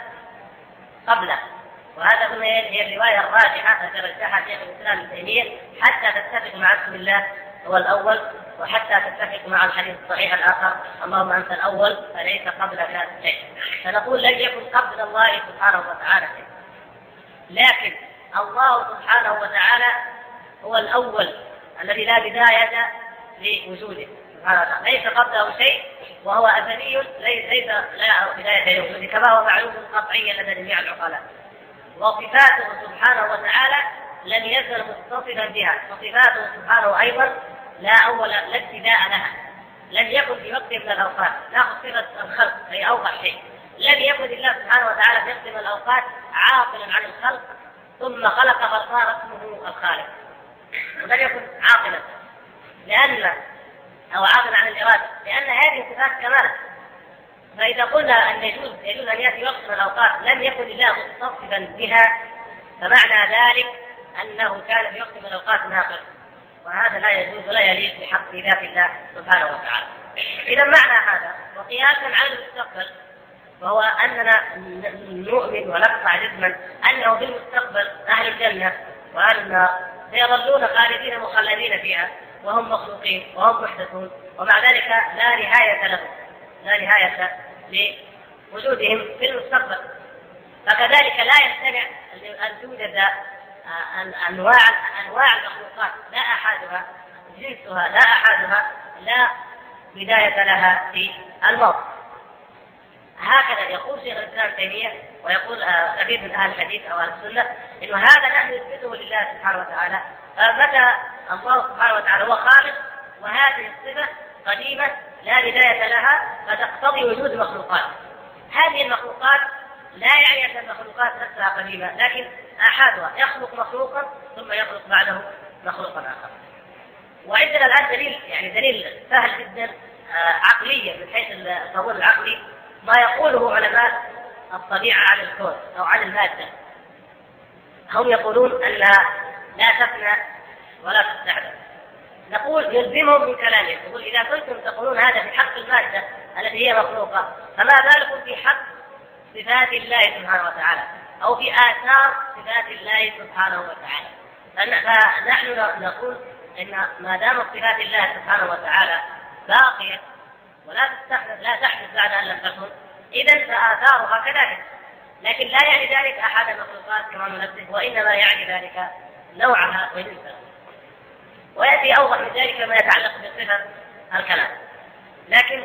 قبله وهذا هي الرواية الراجحة التي رجحها شيخ الإسلام ابن تيمية حتى تتفق مع اسم الله هو الأول وحتى تتفق مع الحديث الصحيح الآخر اللهم أنت الأول فليس قبلك شيء فنقول لم يكن قبل الله سبحانه وتعالى شيء لكن الله سبحانه وتعالى هو الأول الذي لا بداية لوجوده سبحانه وتعالى ليس قبله شيء وهو أبدي ليس لا بداية لوجوده كما هو معلوم قطعيا لدى جميع العقلاء وصفاته سبحانه وتعالى لم يزل متصفا بها وصفاته سبحانه أيضا لا ابتداء لها لم يكن في وقت من الأوقات ناخذ صفة الخلق هي أوضح شيء لم يكن الله سبحانه وتعالى في وقت من الأوقات عاقلا عن الخلق ثم خلق فصار اسمه الخالق ولم يكن عاقلا لأن أو عاقل عن الإرادة، لأن هذه صفات كمال. فإذا قلنا أن يجوز أن يأتي وقت من الأوقات لم يكن الله متصفا بها، فمعنى ذلك أنه كان في وقت من الأوقات ناقص، وهذا لا يجوز ولا يليق بحق ذات الله سبحانه وتعالى. إذا معنى هذا وقياسا على المستقبل، وهو أننا نؤمن ونقطع جزما أنه في المستقبل أهل الجنة وأهل النار سيظلون خالدين مخلدين فيها، وهم مخلوقين وهم محدثون، ومع ذلك لا نهاية لهم، لا نهاية لوجودهم في المستقبل. فكذلك لا يمتنع أن توجد أنواع المخلوقات لا أحدها جنسها لا أحدها لا بداية لها في الموت. هكذا يقول شيخ الإسلام تيمية ويقول كثير من أهل الحديث أو أهل السنة إنه هذا نحن نثبته لله سبحانه وتعالى. متى الله سبحانه وتعالى هو خالق وهذه الصفة قديمة لا بداية لها فتقتضي وجود مخلوقات. هذه المخلوقات لا يعني أن المخلوقات نفسها قديمة، لكن أحدها يخلق مخلوقا ثم يخلق بعده مخلوقا آخر. وعندنا الآن دليل سهل جدا عقليا من حيث التصور العقلي ما يقوله علماء الطبيعة عن الكون أو عن المادة. هم يقولون أنها لا تفنى ولا تستحدث. نقول يلزمهم من كلامهم، يقول إذا كنتم تقولون هذا في حق المادة التي هي مخلوقة، فما بالكم في حق صفات الله سبحانه وتعالى أو في آثار صفات الله سبحانه وتعالى. فنحن نقول إن ما دامت صفات الله سبحانه وتعالى باقية ولا تستحدث لا تحدث بعد أن لم تكن، إذن فآثارها كذلك. لكن لا يعني ذلك أحد المخلوقات كما ننبه، وإنما يعني ذلك نوعها وجنسها. ويأتي أوضح من ذلك ما يتعلق بصفة الكلام. لكن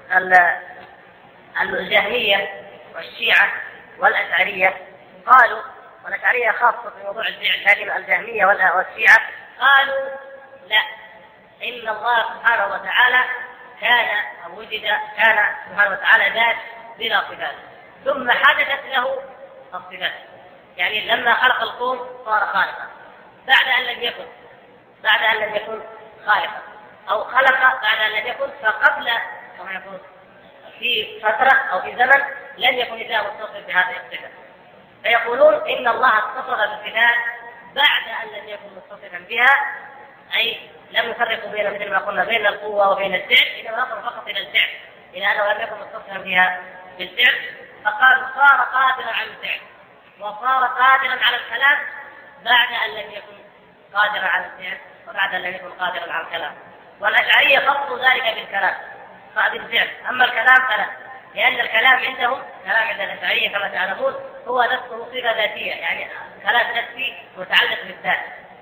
الجهمية والشيعة والأشعرية قالوا، والأشعرية خاصة في موضوع الفعل، لكن الجهمية والشيعة قالوا لا، إن الله سبحانه وتعالى كان سبحانه وتعالى ذات بلا صفات، ثم حدثت له الصفات. يعني لما خلق الكون صار خالقا بعد أن لم يكن خالقا، أو خلق بعد أن لم يكن، فقبل كما يقول في فترة أو في زمن لم يكن الله متصف بهذه الصفات. فيقولون إن الله اتصف بالصفات بعد أن لم يكن متصفا بها، أي لم يفرق بين مثل ما قلنا بين القوة وبين الفعل، إنما نظر فقط إلى الفعل، إلى أنه لم يكن متصفا بها بالفعل. فقالوا صار قادرا على الفعل وصار قادرا على الكلام بعد أن لم يكن قادرا على الفعل وبعد أن لم يكن قادرا على الكلام. والأشعرية خصوا ذلك بالكلام بالفعل، أما الكلام فلا، لأن الكلام عندهم كلام عند الأشعرية كما تعلمون هو نفسه صفة ذاتية، يعني كلام نفسي متعلق بالذات.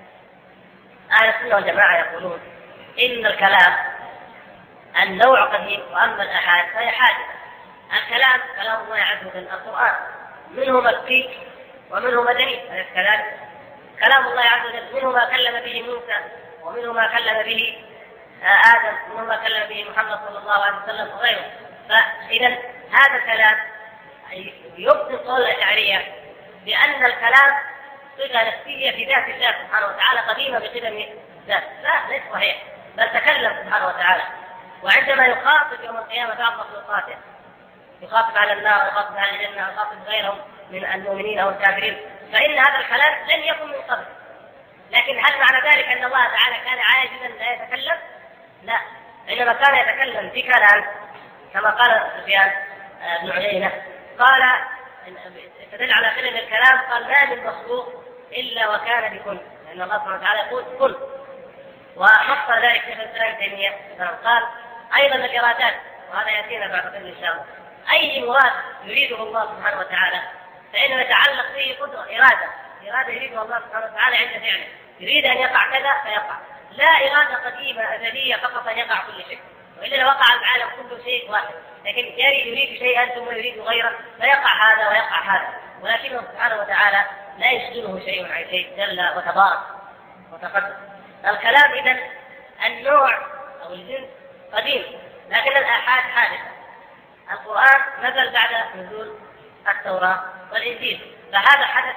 أهل السنة والجماعة يقولون إن الكلام النوع قديم، وأما الآحاد فهي حادثة. الكلام كلام الله عز وجل، القرآن منه مكي ومنه مدني، كذلك كلام الله عز وجل منه ما كلم به موسى ومنه ما كلم به آدم ومنه ما كلم به محمد صلى الله عليه وسلم وغيره. فإذا هذا الكلام يبطل قول الأشعرية بأن الكلام صفة نفسية في ذات الله سبحانه وتعالى قديمة بقدم ذات. لا، ليس صحيح، بل تكلم سبحانه وتعالى. وعندما يخاطب يوم القيامة بعض مخلوقاته، يخاطب على النار ويخاطب على الجنة ويخاطب غيرهم من المؤمنين أو الكافرين، فإن هذا الكلام لن يكن من قبل. لكن هل معنى ذلك أن الله تعالى كان عاجزا لا يتكلم؟ لا، إنما كان يتكلم في كلام كما قال سفيان بن عيينة، قال استدل على كلمة الكلام، قال ما من مخلوق إلا وكان بكل، لأن الله سبحانه وتعالى يقول كل. وفصل ذلك شيخ الإسلام تيمية قال أيضا الإرادات، وهذا يأتينا بعد قليل إن شاء الله، أي مراد يريده الله سبحانه وتعالى فإنه يتعلق به قدرة إرادة يريدها الله سبحانه وتعالى عند فعله، يريد أن يقع كذا فيقع، لا إرادة قديمة أزلية فقط أن يقع كل شيء، وإلا لوقع العالم كل شيء واحد، لكن يريد شيئا ثم يريد غيره فيقع هذا ويقع هذا، ولكنه سبحانه وتعالى لا يشغله شيء عن شيء جل وتبارك وتقدم. الكلام إذن النوع أو الجنس قديم، لكن الآحاد حادثة. القرآن نزل بعد نزول التوراة والإنجيل، فهذا حدث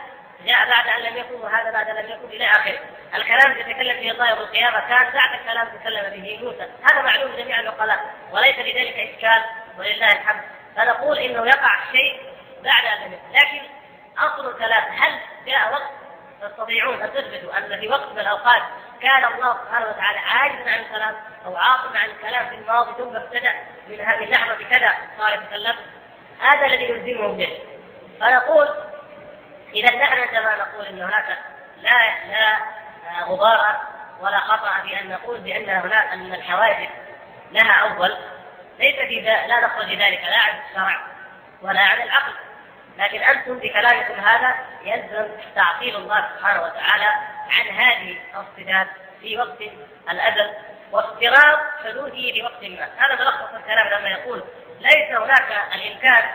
جاء بعد أن لم يكن، وهذا بعد أن لم يكن، إلى آخره. الكلام الذي تكلم به الله يوم القيامة كان بعد الكلام تكلم به موسى، هذا معلوم جميع العقلاء وليس لذلك إشكال ولله الحمد. فنقول إنه يقع شيء بعد أن لم يكن. لكن أصل الكلام، هل جاء وقت تستطيعون أن تثبتوا أن في وقت من الأوقات كان الله سبحانه وتعالى عاجزا عن الكلام أو عاطلا عن الكلام في الماضي ثم ابتدأ من هذه اللحظة بكذا صار يتكلم؟ هذا الذي يلزمهم به. فنقول إذا نحن عندما نقول أن هناك لا غبار ولا خطأ في أن نقول بأن هناك أن الحوادث لها أول، ليس في لا نخرج ذلك لا عن الشرع ولا عن العقل، لكن أنتم بكلامكم هذا يلزم تعطيل الله سبحانه وتعالى عن هذه الصفات في وقت الأزل وافتراض حدوثه في وقت ما. هذا ملخص الكلام لما يقول ليس هناك الإمكان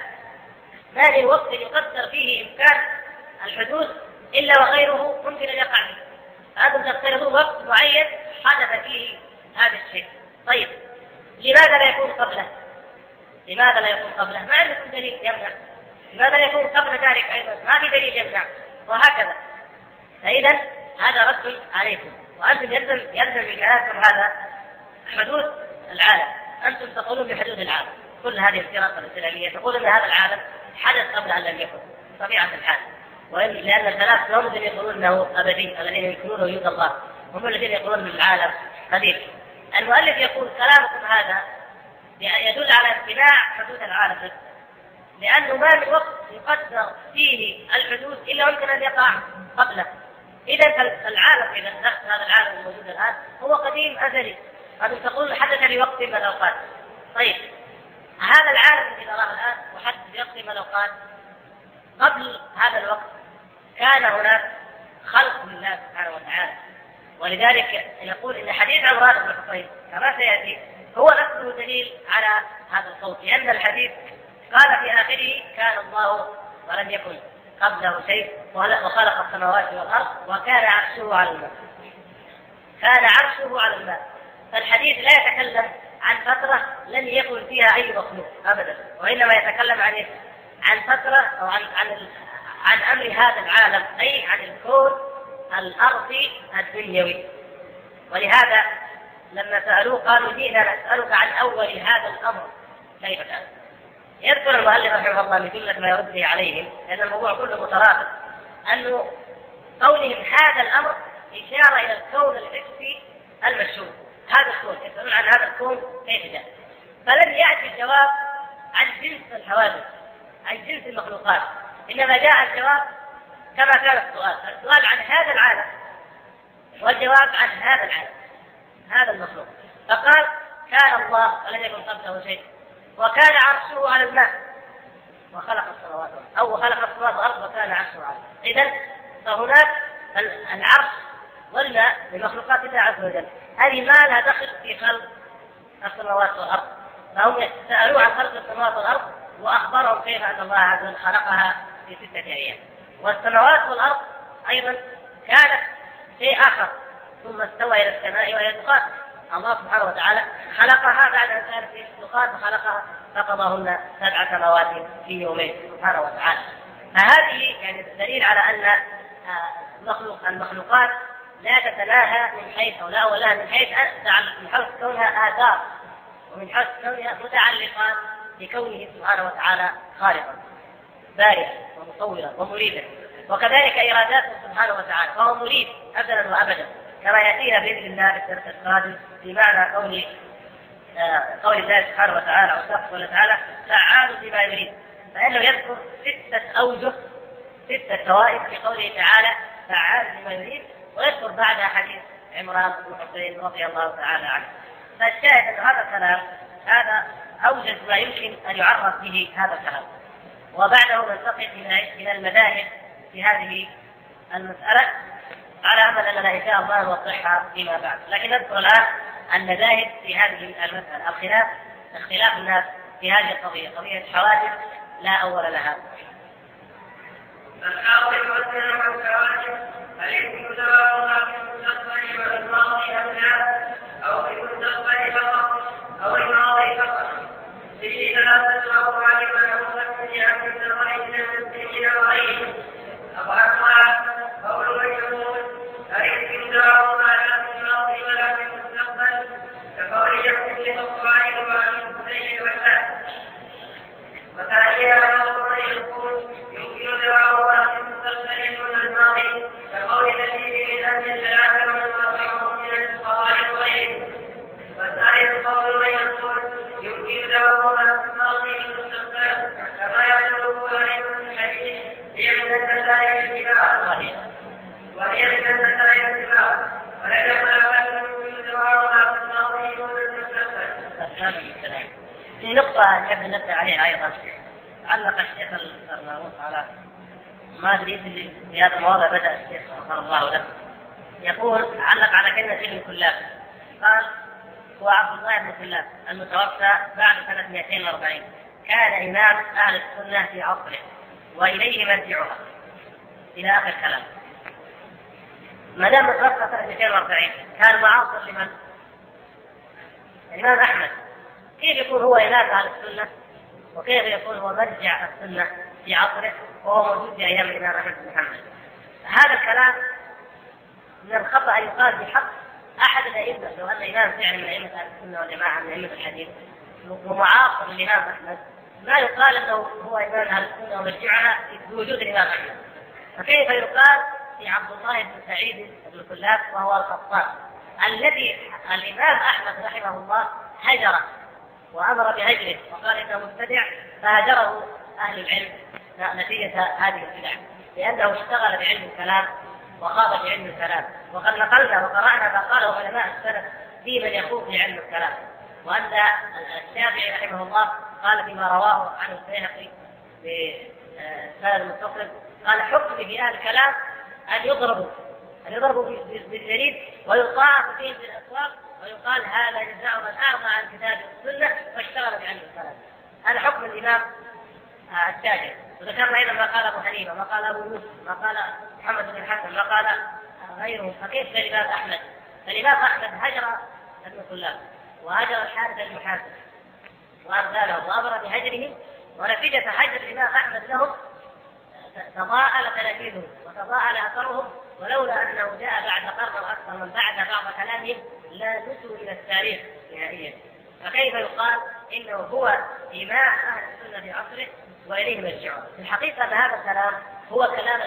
ما من وقت يقدر فيه إمكان الحدوث إلا وغيره ممكن أن يقع فيه. فأنتم تفترضون وقت معين حدث فيه هذا الشيء. طيب لماذا لا يكون قبله؟ لماذا لا يكون قبله؟ ما عندكم دليل يمنع. لماذا لا يكون قبل ذلك أيضا؟ ما في دليل يمنع، وهكذا. فإذا هذا رد عليكم، وأنتم يلزم بكلامكم هذا حدوث العالم. أنتم تقولون بحدوث العالم، كل هذه الفرق الإسلامية تقول أن هذا العالم حدث قبل أن لم يكن طبيعة الحال، لأن الثلاث هم الذين يقولون أنه أبدي، الذين ينكرون وجود الله هم الذين يقولون أن العالم قديم. المؤلف يقول كلامكم هذا يدل على امتناع حدوث العالم، لأنه ما من وقت يقدر فيه الحدوث إلا ممكن أن يقع قبله. إذا العالم، إذا هذا العالم الموجود الآن هو قديم أزلي، أنتم تقول حدث في وقت من الأوقات. طيب هذا العالم الذي نراه الآن وحدث في وقت من الأوقات، قبل هذا الوقت كان هناك خلق لله سبحانه وتعالى. ولذلك يقول إن حديث عمران بن حصين كما سيأتي هو نفسه دليل على هذا القول، لأن الحديث قال في آخره كان الله ولم يكن قبله شيء وخلق السماوات والأرض وكان عرشه على الماء. كان عرشه على الماء. فالحديث لا يتكلم عن فترة لم يكن فيها أي مخلوق أبدا، وإنما يتكلم عن فترة أو عن أمر هذا العالم، أي عن الكون الأرضي الدنيوي. ولهذا لما سألوه قالوا جئنا نسألك عن أول هذا الأمر كيف كان. يذكر المؤلف رحمه الله من جملة ما يرد به عليهم، لأن الموضوع كله مترابط، أنه قولهم هذا الأمر إشارة إلى الكون الحسي المشهود. هذا الكون يسألون عن هذا الكون كيف جاء، فلم يأتي الجواب عن جنس الحوادث، عن جنس المخلوقات، إنما جاء الجواب كما كان السؤال عن هذا العالم والجواب عن هذا العالم، هذا المخلوق. فقال كان الله ولم يكن قبله شيء وكان عرشه على الماء وخلق السماوات أو خلق السماوات والأرض وكان عرشه على الماء. إذن فهناك العرش والماء لمخلوقات الله عز وجل، هذه ما لها دخل في خلق السماوات والأرض. فهم سألوا عن خلق السماوات والأرض وأخبرهم كيف أن الله عز وجل خلقها في 6 أيام. والسماوات والأرض أيضا كانت شيء آخر ثم استوى إلى السماء وهي دخان. الله سبحانه وتعالى خلقها بعد أن كانت في دخان فخلقها فقضاهن 7 سماوات في يومين سبحانه وتعالى. فهذه يعني دليل على أن المخلوقات لا تتناهى من حيث أو لا ولها من حيث من حيث كونها آثار ومن حيث كونها متعلقات بكونه سبحانه وتعالى خالقا بارئا ومصورا ومريدا، وكذلك إراداته سبحانه وتعالى فهو مريد أبدا وأبدا، كما يأتينا بإذن الله في الدرس القادم في معنى قول الله سبحانه وتعالى وسبحانه وتعالى فعال بما يريد، فإنه يذكر 6 أوجه 6 فوائد في قوله تعالى فعال بما يريد، ويذكر بعدها حديث عمران بن حصين رضي الله تعالى عنه. فالشاهد أن هذا الكلام هذا أوجز ما يمكن أن يعرف به هذا الكلام، وبعده ننتقل إلى المذاهب في هذه المسألة على أمل أننا إن شاء الله نوضحها فيما بعد. لكن نذكر الآن المذاهب في هذه المسألة، اختلاف الناس في هذه القضية، قضية الحوادث لا أول لها. الحاضر والسلام على الحوادث عليكم سواء في المستقبل والماضي أو في المستقبل فقط أو الماضي فقط. به 3 أو 4 من أمر من جهة الرأي من المسلمين وغيرهم. أو 4 يمكن القرآن وعن الحسين والحسن. وثانيا أنه يقول يمكن دعوة المستقبل من الماضي كقول الذي من أهل الثلاثة ومن رفعه من الفضائل وغيره. والثالث قول من يقول يمكن دعوة الماضي من المستقبل كما يقول علم الحديث ليمن النسائي الاتباع وليمن النسائي الاتباع ولم يكن دعوة الماضي من المستقبل. في نقطة نحب ننبه عليها أيضا. علق الشيخ الأرناؤوط على ما أدري في هذا الموضوع بدأ الشيخ غفر الله له يقول علق على كلمة ابن كلاب. قال هو عبد الله بن كلاب المتوفى بعد سنة 240 كان إمام أهل السنة في عصره وإليه مرجعها إلى آخر كلام. ما دام متوفى سنة 240 كان معاصر لمن؟ الإمام أحمد. كيف يكون هو إمام أهل السنة وكيف يكون هو مرجع السنة في عصره وهو موجود في أيام الإمام أحمد بن محمد؟ هذا الكلام من الخطأ أن يقال بحق أحد الأئمة. لو أن إمام فعلا من أئمة أهل السنة والجماعة من أئمة الحديث ومعاصر الإمام أحمد ما يقال أنه هو إمام أهل السنة ومرجعها بوجود الإمام أحمد. فكيف يقال في عبد الله بن سعيد بن كلاب وهو الخطاب الذي الإمام أحمد رحمه الله هجره وأمر بهجره وقال إنه مبتدع فهجره أهل العلم نتيجة هذه البدع لأنه اشتغل بعلم الكلام وخاض بعلم الكلام. وقد نقلنا وقرأنا ما قاله علماء السلف في من يخوض في علم الكلام. وأن الشافعي رحمه الله قال فيما رواه عن البيهقي بسند المتصل قال حكم في أهل الكلام أن يضربوا بالجريد ويطاع فيه في الأسواق ويقال هذا جزاء من أعرض عن كتاب السنة واشتغل بعلم الكلام. هذا حكم الإمام الشافعي. وذكرنا أيضا ما قال أبو حنيفة ما قال أبو يوسف ما قال محمد بن الحسن ما قال غيره. فكيف الإمام أحمد؟ الإمام أحمد هجر ابن كلاب وهجر الحارث المحاسب وأرسله وأمر بهجره ونتيجة هجر الإمام أحمد لهم تضاءل تلاميذه وتضاءل أثرهم ولولا أنه جاء بعد قرن أكثر من بعد بعض كلامهم لا نسوا إلى التاريخ نهائيا. فكيف يقال إنه هو إمام أهل السنة في عصره وإليه مرجعه؟ في الحقيقة أن هذا الكلام هو كلام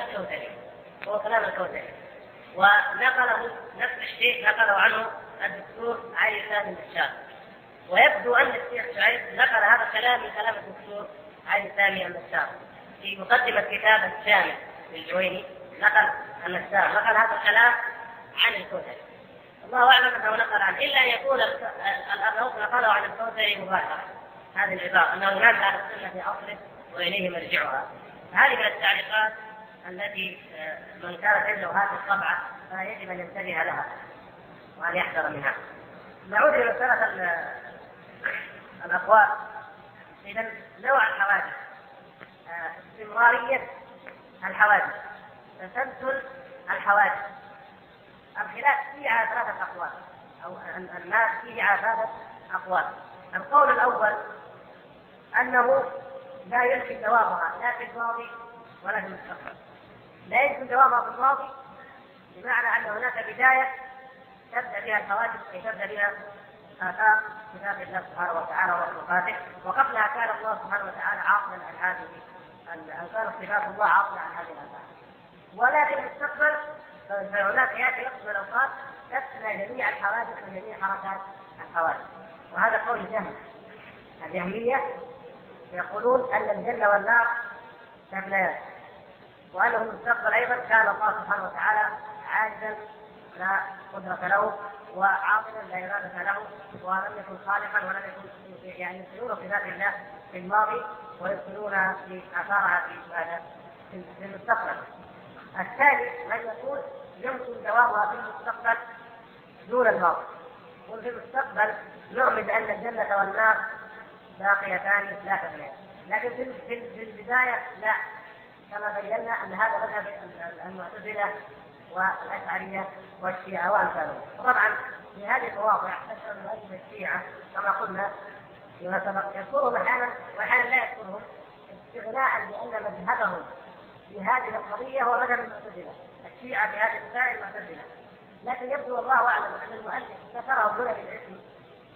الكوثري ونقله نفس الشيء نقله عنه الدكتور علي سامي النشار. ويبدو أن الشيخ شعيب نقل هذا الكلام من كلام الدكتور علي سامي النشار في مقدمة كتاب الشامل للجويني. نقل هذا الكلام عن الكوثري. الله أعلم أنه نقل عنه إلا أن يقول الأرناؤوط نقله عن الكوثري مباشرة هذه العبارة أنه إمام أهل السنة في عصره وإليه مرجعها. هذه من التعليقات التي من كانت عنده هذه الطبعة فيجب أن ينتبه لها وأن يحذر منها. نعود إلى مسألة الأقوال. إذا نوع الحوادث استمرارية الحوادث تسلسل الحوادث. الخلاف فيه على 3 أقوال أو الناس فيه على 3 أقوال. القول الأول أنه لا يمكن دوامها لا في الماضي ولا في المستقبل. لا يمكن دوامها في الماضي بمعنى أن هناك بداية تبدأ بها الحوادث أي تبدأ بها آثار كتاب الله سبحانه وتعالى ومخلوقاته وقبلها كان الله سبحانه وتعالى عاطلا عن هذه كان صفات الله عاطلا عن هذه الآثار. ولا في المستقبل فهناك يأتي وقت من الأوقات تفنى جميع الحوادث وجميع حركات الحوادث. وهذا قول الجهل. الجهمية يقولون أن الجنة والنار تفنيان وأنه المستقبل أيضا كان الله سبحانه وتعالى عاجزا لا قدرة له وعاطلا لا إرادة له ولم يكن خالقا ولم يكن يعني يدخلون في ذات الله في الماضي ويدخلونها في آثارها في المستقبل. الثاني من يقول يمكن دوامها في المستقبل دون الماضي. وفي المستقبل نؤمن أن الجنة والنار باقيتان لا تفنيان. لكن في البداية لا، كما بينا أن هذا مذهب المعتزلة والأشعرية والشيعة وأمثالهم. وطبعا في هذه المواضع أشعر أن الشيعة كما قلنا يذكرهم أحيانا وأحيانا لا يذكرهم استغناء بأن مذهبهم في هذه القضية هو مذهب المعتزلة. الشيعة في هذه المسائل المعتزلة. لكن يبدو والله أعلم أن المؤلف ذكره هنا بالاسم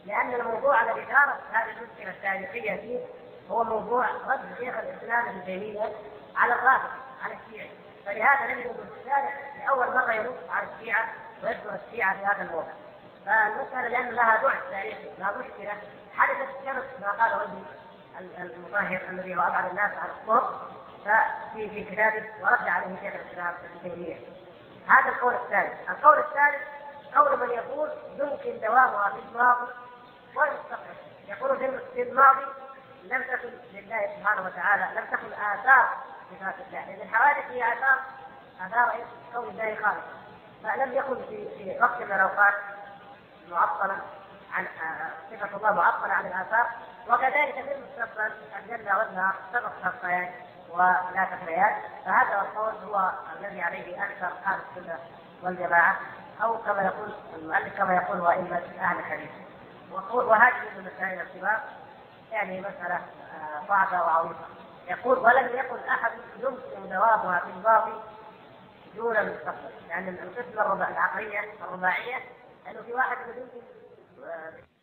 لأن الموضوع الذي ثارت هذه المشكلة التاريخية فيه هو موضوع رد شيخ الإسلام ابن تيمية على الرافضة، على الشيعة. فلهذا نجد ابن الثالث لأول مرة ينص على الشيعة ويذكر الشيعة في هذا الموضوع. فالمسألة لأن لها بعد تاريخي، لها مشكلة حدثت شرط ما قاله المطهر الذي هو أبعد الناس عن الصوت في كتابه ورد عليه شيخ الإسلام ابن تيمية. هذا القول الثاني. القول الثالث قول من يقول يمكن دوامها في الماضي والمستقبل. يقول في الماضي لم تكن لله سبحانه وتعالى، لم تكن آثار صفات الله، لأن الحوادث هي آثار كون الله خالق، فلم يكن في وقت من الأوقات معطلا عن صفة الله، معطلة عن الآثار. وكذلك في المستقبل الجنة والنار سبق خلقيان ولا تخريات. فهذا القول هو الذي عليه أكثر أهل السنة والجماعة، أو كما يقول المؤلف كما يقول وأئمة أهل الحديث. وهذه من المسائل الكبار، يعني مسألة صعبة وعويصة. يقول ولم يكن أحد يمكن دوامها في الماضي دون المستقبل، يعني القسمة العقلية الرباعية أنه في واحد يمكن